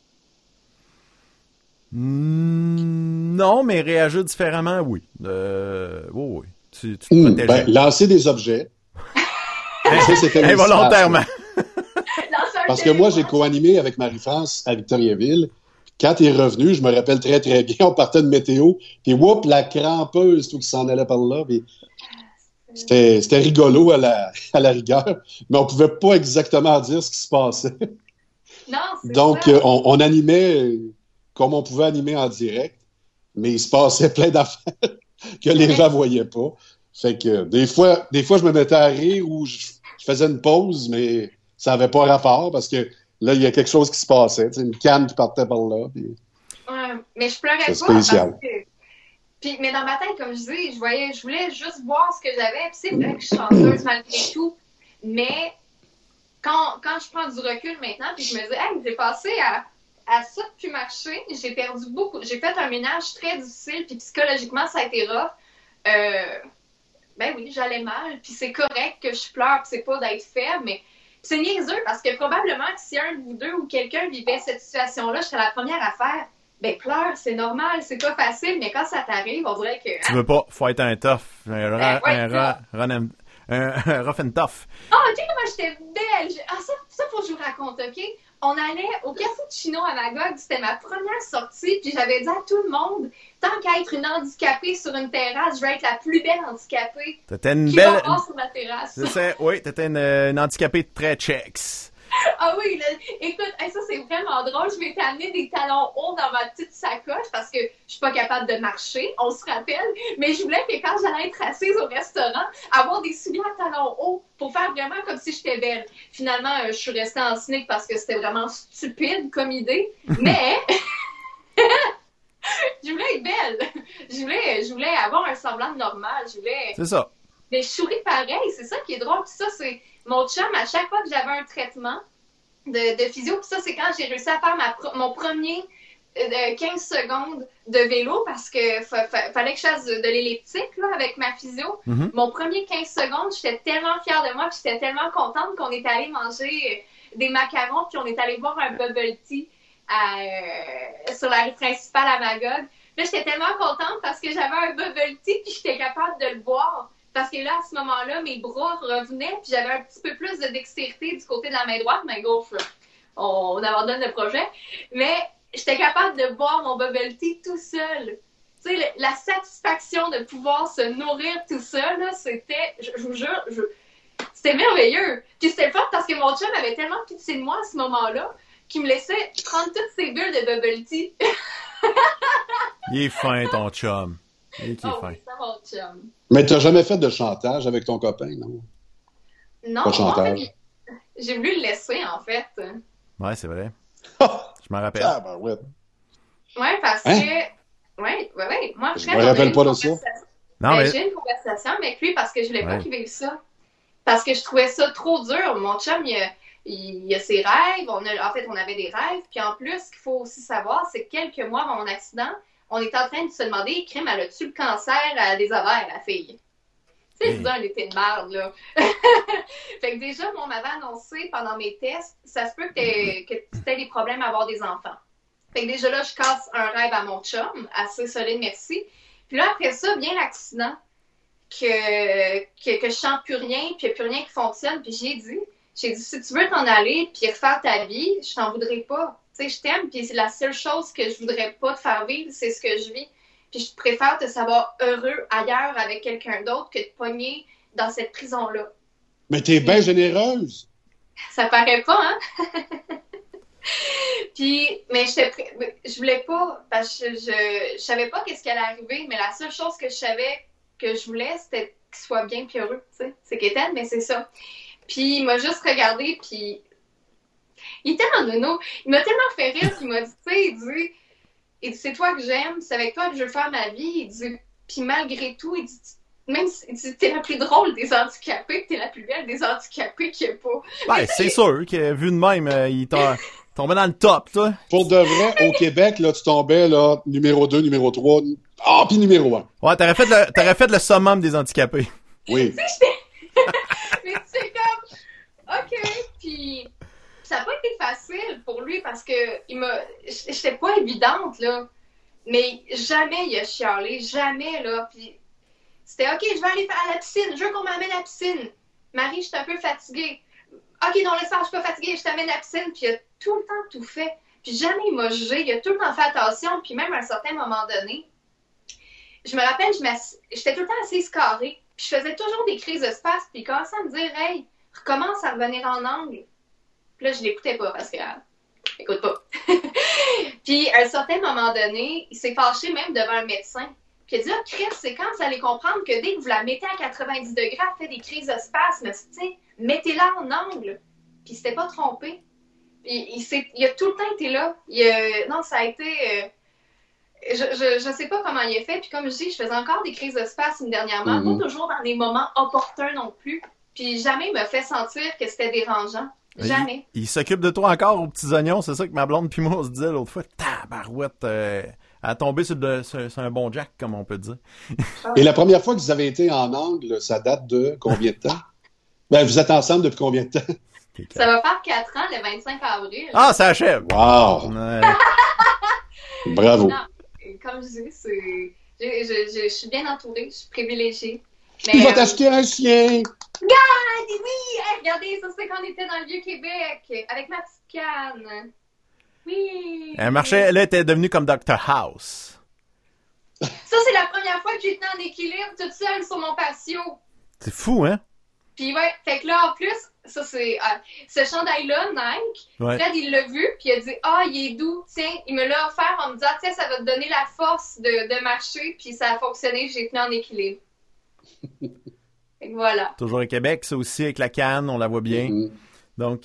Non, mais réagir différemment, oui. Oui. Tu te protégeais. Lancer des objets. Ça, c'était involontairement. Parce que moi, j'ai co-animé avec Marie-France à Victoriaville. Quand il est revenu, je me rappelle très, très bien, on partait de météo, puis whoop, la crampeuse, tout qui s'en allait par là, puis c'était rigolo à la rigueur, mais on pouvait pas exactement dire ce qui se passait. Non, donc, on animait comme on pouvait animer en direct, mais il se passait plein d'affaires que les gens voyaient pas. Fait que des fois, je me mettais à rire ou je faisais une pause, mais ça avait pas rapport parce que là, il y a quelque chose qui se passait. Une canne qui partait par là. Puis... mais je pleurais pas spécial. parce que Puis, mais dans ma tête, comme je dis, je voulais juste voir ce que j'avais. Puis c'est vrai que je suis chanceuse malgré tout. Mais quand je prends du recul maintenant, puis je me dis, hey, j'ai passé à ça de plus marcher, j'ai perdu beaucoup. J'ai fait un ménage très difficile, puis psychologiquement, ça a été rough. Ben oui, j'allais mal, puis c'est correct que je pleure, puis c'est pas d'être faible, mais c'est niaiseux, parce que probablement que si un de vous deux ou quelqu'un vivait cette situation-là, je serais la première à faire, ben pleure, c'est normal, c'est pas facile, mais quand ça t'arrive, on dirait que... Tu veux pas, faut être un tough, un rough and tough. Oh, tu sais comment j'étais belle! Ça, faut que je vous raconte, OK? On allait au Cappuccino à Magog, c'était ma première sortie, puis j'avais dit à tout le monde, tant qu'à être une handicapée sur une terrasse, je vais être la plus belle handicapée t'étais une belle... va voir sur ma terrasse. Oui, t'étais une handicapée très checks. Ah oui, là, écoute, ça c'est vraiment drôle. Je m'étais amené des talons hauts dans ma petite sacoche parce que je suis pas capable de marcher, on se rappelle. Mais je voulais que quand j'allais être assise au restaurant, avoir des souliers à talons hauts pour faire vraiment comme si j'étais belle. Finalement, je suis restée en sneak parce que c'était vraiment stupide comme idée. Mais je voulais être belle. Je voulais avoir un semblant de normal. C'est ça. Mais je souris pareil, c'est ça qui est drôle. Puis ça, c'est mon chum, à chaque fois que j'avais un traitement de physio, puis ça, c'est quand j'ai réussi à faire mon premier 15 secondes de vélo parce que fallait que je fasse de l'elliptique là, avec ma physio. Mm-hmm. Mon premier 15 secondes, j'étais tellement fière de moi, puis j'étais tellement contente qu'on est allé manger des macarons, puis on est allé boire un bubble tea sur la rue principale à Magog. Là, j'étais tellement contente parce que j'avais un bubble tea, puis j'étais capable de le boire. Parce que là, à ce moment-là, mes bras revenaient, puis j'avais un petit peu plus de dextérité du côté de la main droite, main gauche, on abandonne le projet. Mais j'étais capable de boire mon bubble tea tout seul. Tu sais, la satisfaction de pouvoir se nourrir tout seul, là, c'était, je vous jure, c'était merveilleux. Puis c'était fort parce que mon chum avait tellement pitié de moi à ce moment-là qu'il me laissait prendre toutes ces bulles de bubble tea. Il est fin, ton chum. Il est fin. Oui, c'est mon chum. Mais tu n'as jamais fait de chantage avec ton copain, non? Non, pas de chantage. En fait, j'ai voulu le laisser, en fait. Ouais, c'est vrai. Je m'en rappelle. Ah, ben ouais. Ouais, parce que... Ouais. Moi, je me rappelle pas de ça. Non, mais... J'ai eu une conversation avec lui parce que je voulais pas qu'il vive ça. Parce que je trouvais ça trop dur. Mon chum, il a ses rêves. On avait des rêves. Puis en plus, ce qu'il faut aussi savoir, c'est que quelques mois avant mon accident, on était en train de se demander, crème, elle a-tu le cancer des ovaires, la fille? Tu sais, je dis un été de merde, là. Fait que déjà, on m'avait annoncé pendant mes tests, ça se peut que tu aies des problèmes à avoir des enfants. Fait que déjà là, je casse un rêve à mon chum, assez solide, merci. Puis là, après ça, vient l'accident, que je sens plus rien, puis il n'y a plus rien qui fonctionne. Puis j'ai dit, si tu veux t'en aller, puis refaire ta vie, je t'en voudrais pas. Tu sais, je t'aime, puis c'est la seule chose que je voudrais pas te faire vivre, c'est ce que je vis. Puis je préfère te savoir heureux ailleurs avec quelqu'un d'autre que de pogner dans cette prison-là. Mais t'es bien généreuse! Ça paraît pas, hein? Puis, mais je voulais pas, parce que je savais pas qu'est-ce qui allait arriver, mais la seule chose que je savais que je voulais, c'était qu'il soit bien puis heureux, tu sais. C'est qu'éternel, mais c'est ça. Puis il m'a juste regardé, puis il était en nono. Il m'a tellement fait rire, puis il m'a dit, tu sais, il dit, c'est toi que j'aime, c'est avec toi que je veux faire ma vie. Il dit, puis malgré tout, il dit, même si t'es la plus drôle des handicapés, t'es la plus belle des handicapés qu'il n'y a pas. Ben, c'est sûr que vu de même, il tombait dans le top, toi. Pour de vrai, au Québec, là, tu tombais, là, numéro 2, numéro 3, puis numéro 1. Ouais, t'aurais fait le summum des handicapés. Oui. Mais c'est comme, OK, puis ça n'a pas été facile pour lui parce que j'étais pas évidente, là. Mais jamais il a chialé, jamais, là. Puis c'était, OK, je vais aller à la piscine, je veux qu'on m'amène à la piscine. Marie, je suis un peu fatiguée. OK, non, laisse faire, je suis pas fatiguée, je t'amène à la piscine. Puis il a tout le temps tout fait. Puis jamais il m'a jugé, il a tout le temps fait attention. Puis même à un certain moment donné, je me rappelle, j'étais tout le temps assise carrée. Puis je faisais toujours des crises de spasme. Puis il commençait à me dire, hey, recommence à revenir en angle. Puis là, je l'écoutais pas parce que, écoute pas. Puis à un certain moment donné, il s'est fâché même devant un médecin. Puis il a dit, ah, Chris, c'est quand vous allez comprendre que dès que vous la mettez à 90 degrés, elle fait des crises de spasme, tu sais, mettez-la en angle. Puis il s'était pas trompé. Puis il a tout le temps été là. Non, ça a été... Je sais pas comment il est fait. Puis comme je dis, je faisais encore des crises de spasme dernièrement. Pas toujours dans des moments opportuns non plus. Puis jamais il me fait sentir que c'était dérangeant. Jamais. Il s'occupe de toi encore aux petits oignons. C'est ça que ma blonde puis moi on se disait l'autre fois. Tabarouette, à tomber sur un bon jack, comme on peut dire. Et la première fois que vous avez été en angle, ça date de combien de temps? Ben, vous êtes ensemble depuis combien de temps? Ça va faire 4 ans, le 25 avril. Ah, ça achève! Wow! Ouais. Bravo! Non, comme je dis, je suis bien entourée, je suis privilégiée. Mais, il va t'acheter un chien! God, oui! Hey, regardez, ça c'est quand on était dans le Vieux-Québec, avec ma petite canne. Oui! Elle marchait, elle était devenue comme Dr. House. Ça, c'est la première fois que j'ai tenu en équilibre toute seule sur mon patio. C'est fou, hein? Puis ouais, fait que là, en plus, ça c'est... ce chandail-là, Nike, Fred, il l'a vu, puis il a dit « Ah, il est doux, tiens, il me l'a offert en me disant « Tiens, ça va te donner la force de marcher. » Puis ça a fonctionné, j'ai tenu en équilibre. Fait que voilà. Toujours au Québec, ça aussi, avec la canne, on la voit bien. Donc,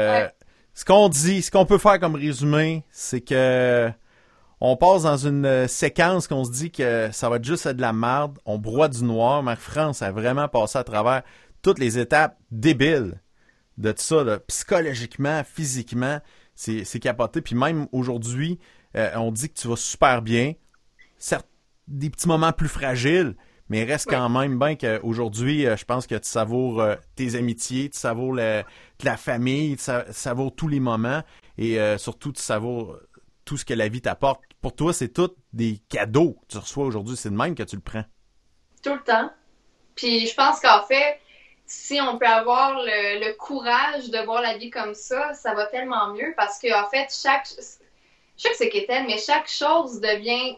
ce qu'on peut faire comme résumé, c'est que on passe dans une séquence qu'on se dit que ça va être juste de la merde. On broie du noir. Marie-France a vraiment passé à travers toutes les étapes débiles de tout ça, là. Psychologiquement, physiquement, c'est capoté. Puis même aujourd'hui, on dit que tu vas super bien. Certes, des petits moments plus fragiles, mais il reste quand même bien qu'aujourd'hui, je pense que tu savoures tes amitiés, tu savoures la famille, tu savoures tous les moments et surtout tu savoures tout ce que la vie t'apporte. Pour toi, c'est tout des cadeaux que tu reçois aujourd'hui. C'est de même que tu le prends. Tout le temps. Puis je pense qu'en fait, si on peut avoir le courage de voir la vie comme ça, ça va tellement mieux parce qu'en fait, je sais que c'est quétaine, mais chaque chose devient...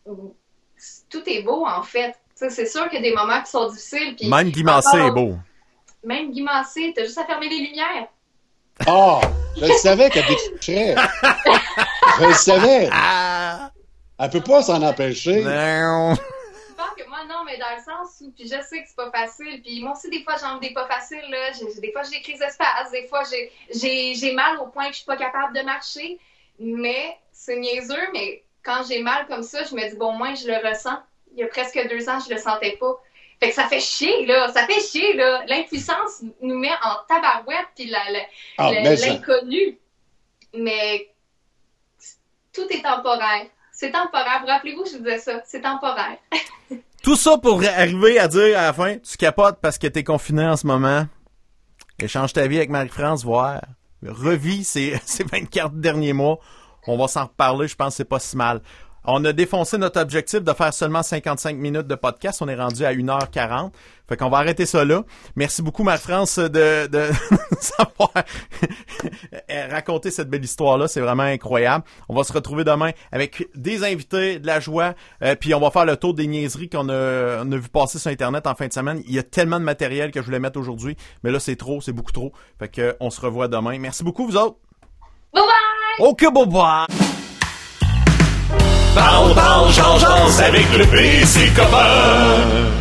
Tout est beau, en fait. T'sais, c'est sûr qu'il y a des moments qui sont difficiles. Puis même Guy Massé est beau. Même Guy Massé, t'as juste à fermer les lumières. Oh! Je le savais qu'elle découcherait. Je le savais. Elle peut pas s'en empêcher. Non. Je pense que moi, non, mais dans le sens où, puis je sais que c'est pas facile, puis moi aussi, des fois, j'en ai des pas faciles, là. Des fois, j'ai des crises d'espace, des fois, j'ai mal au point que je suis pas capable de marcher, mais c'est niaiseux, mais quand j'ai mal comme ça, je me dis, bon, moins, je le ressens. Il y a presque 2 ans, je le sentais pas. Fait que ça fait chier, là. Ça fait chier, là. L'impuissance nous met en tabarouette, puis l'inconnu. Mais tout est temporaire. C'est temporaire. Vous rappelez-vous, je vous disais ça. C'est temporaire. Tout ça pour arriver à dire à la fin, tu capotes parce que t'es confiné en ce moment. Échange ta vie avec Marie-France, voir. Revis ces 24 derniers mois. On va s'en reparler, je pense que c'est pas si mal. On a défoncé notre objectif de faire seulement 55 minutes de podcast. On est rendu à 1h40. Fait qu'on va arrêter ça là. Merci beaucoup, Marie-France, de savoir raconter cette belle histoire-là. C'est vraiment incroyable. On va se retrouver demain avec des invités, de la joie. Puis on va faire le tour des niaiseries qu'on a vu passer sur Internet en fin de semaine. Il y a tellement de matériel que je voulais mettre aujourd'hui. Mais là, c'est beaucoup trop. Fait que on se revoit demain. Merci beaucoup, vous autres. Bye bye! OK, bye bye! Parle, jase avec le PC copain.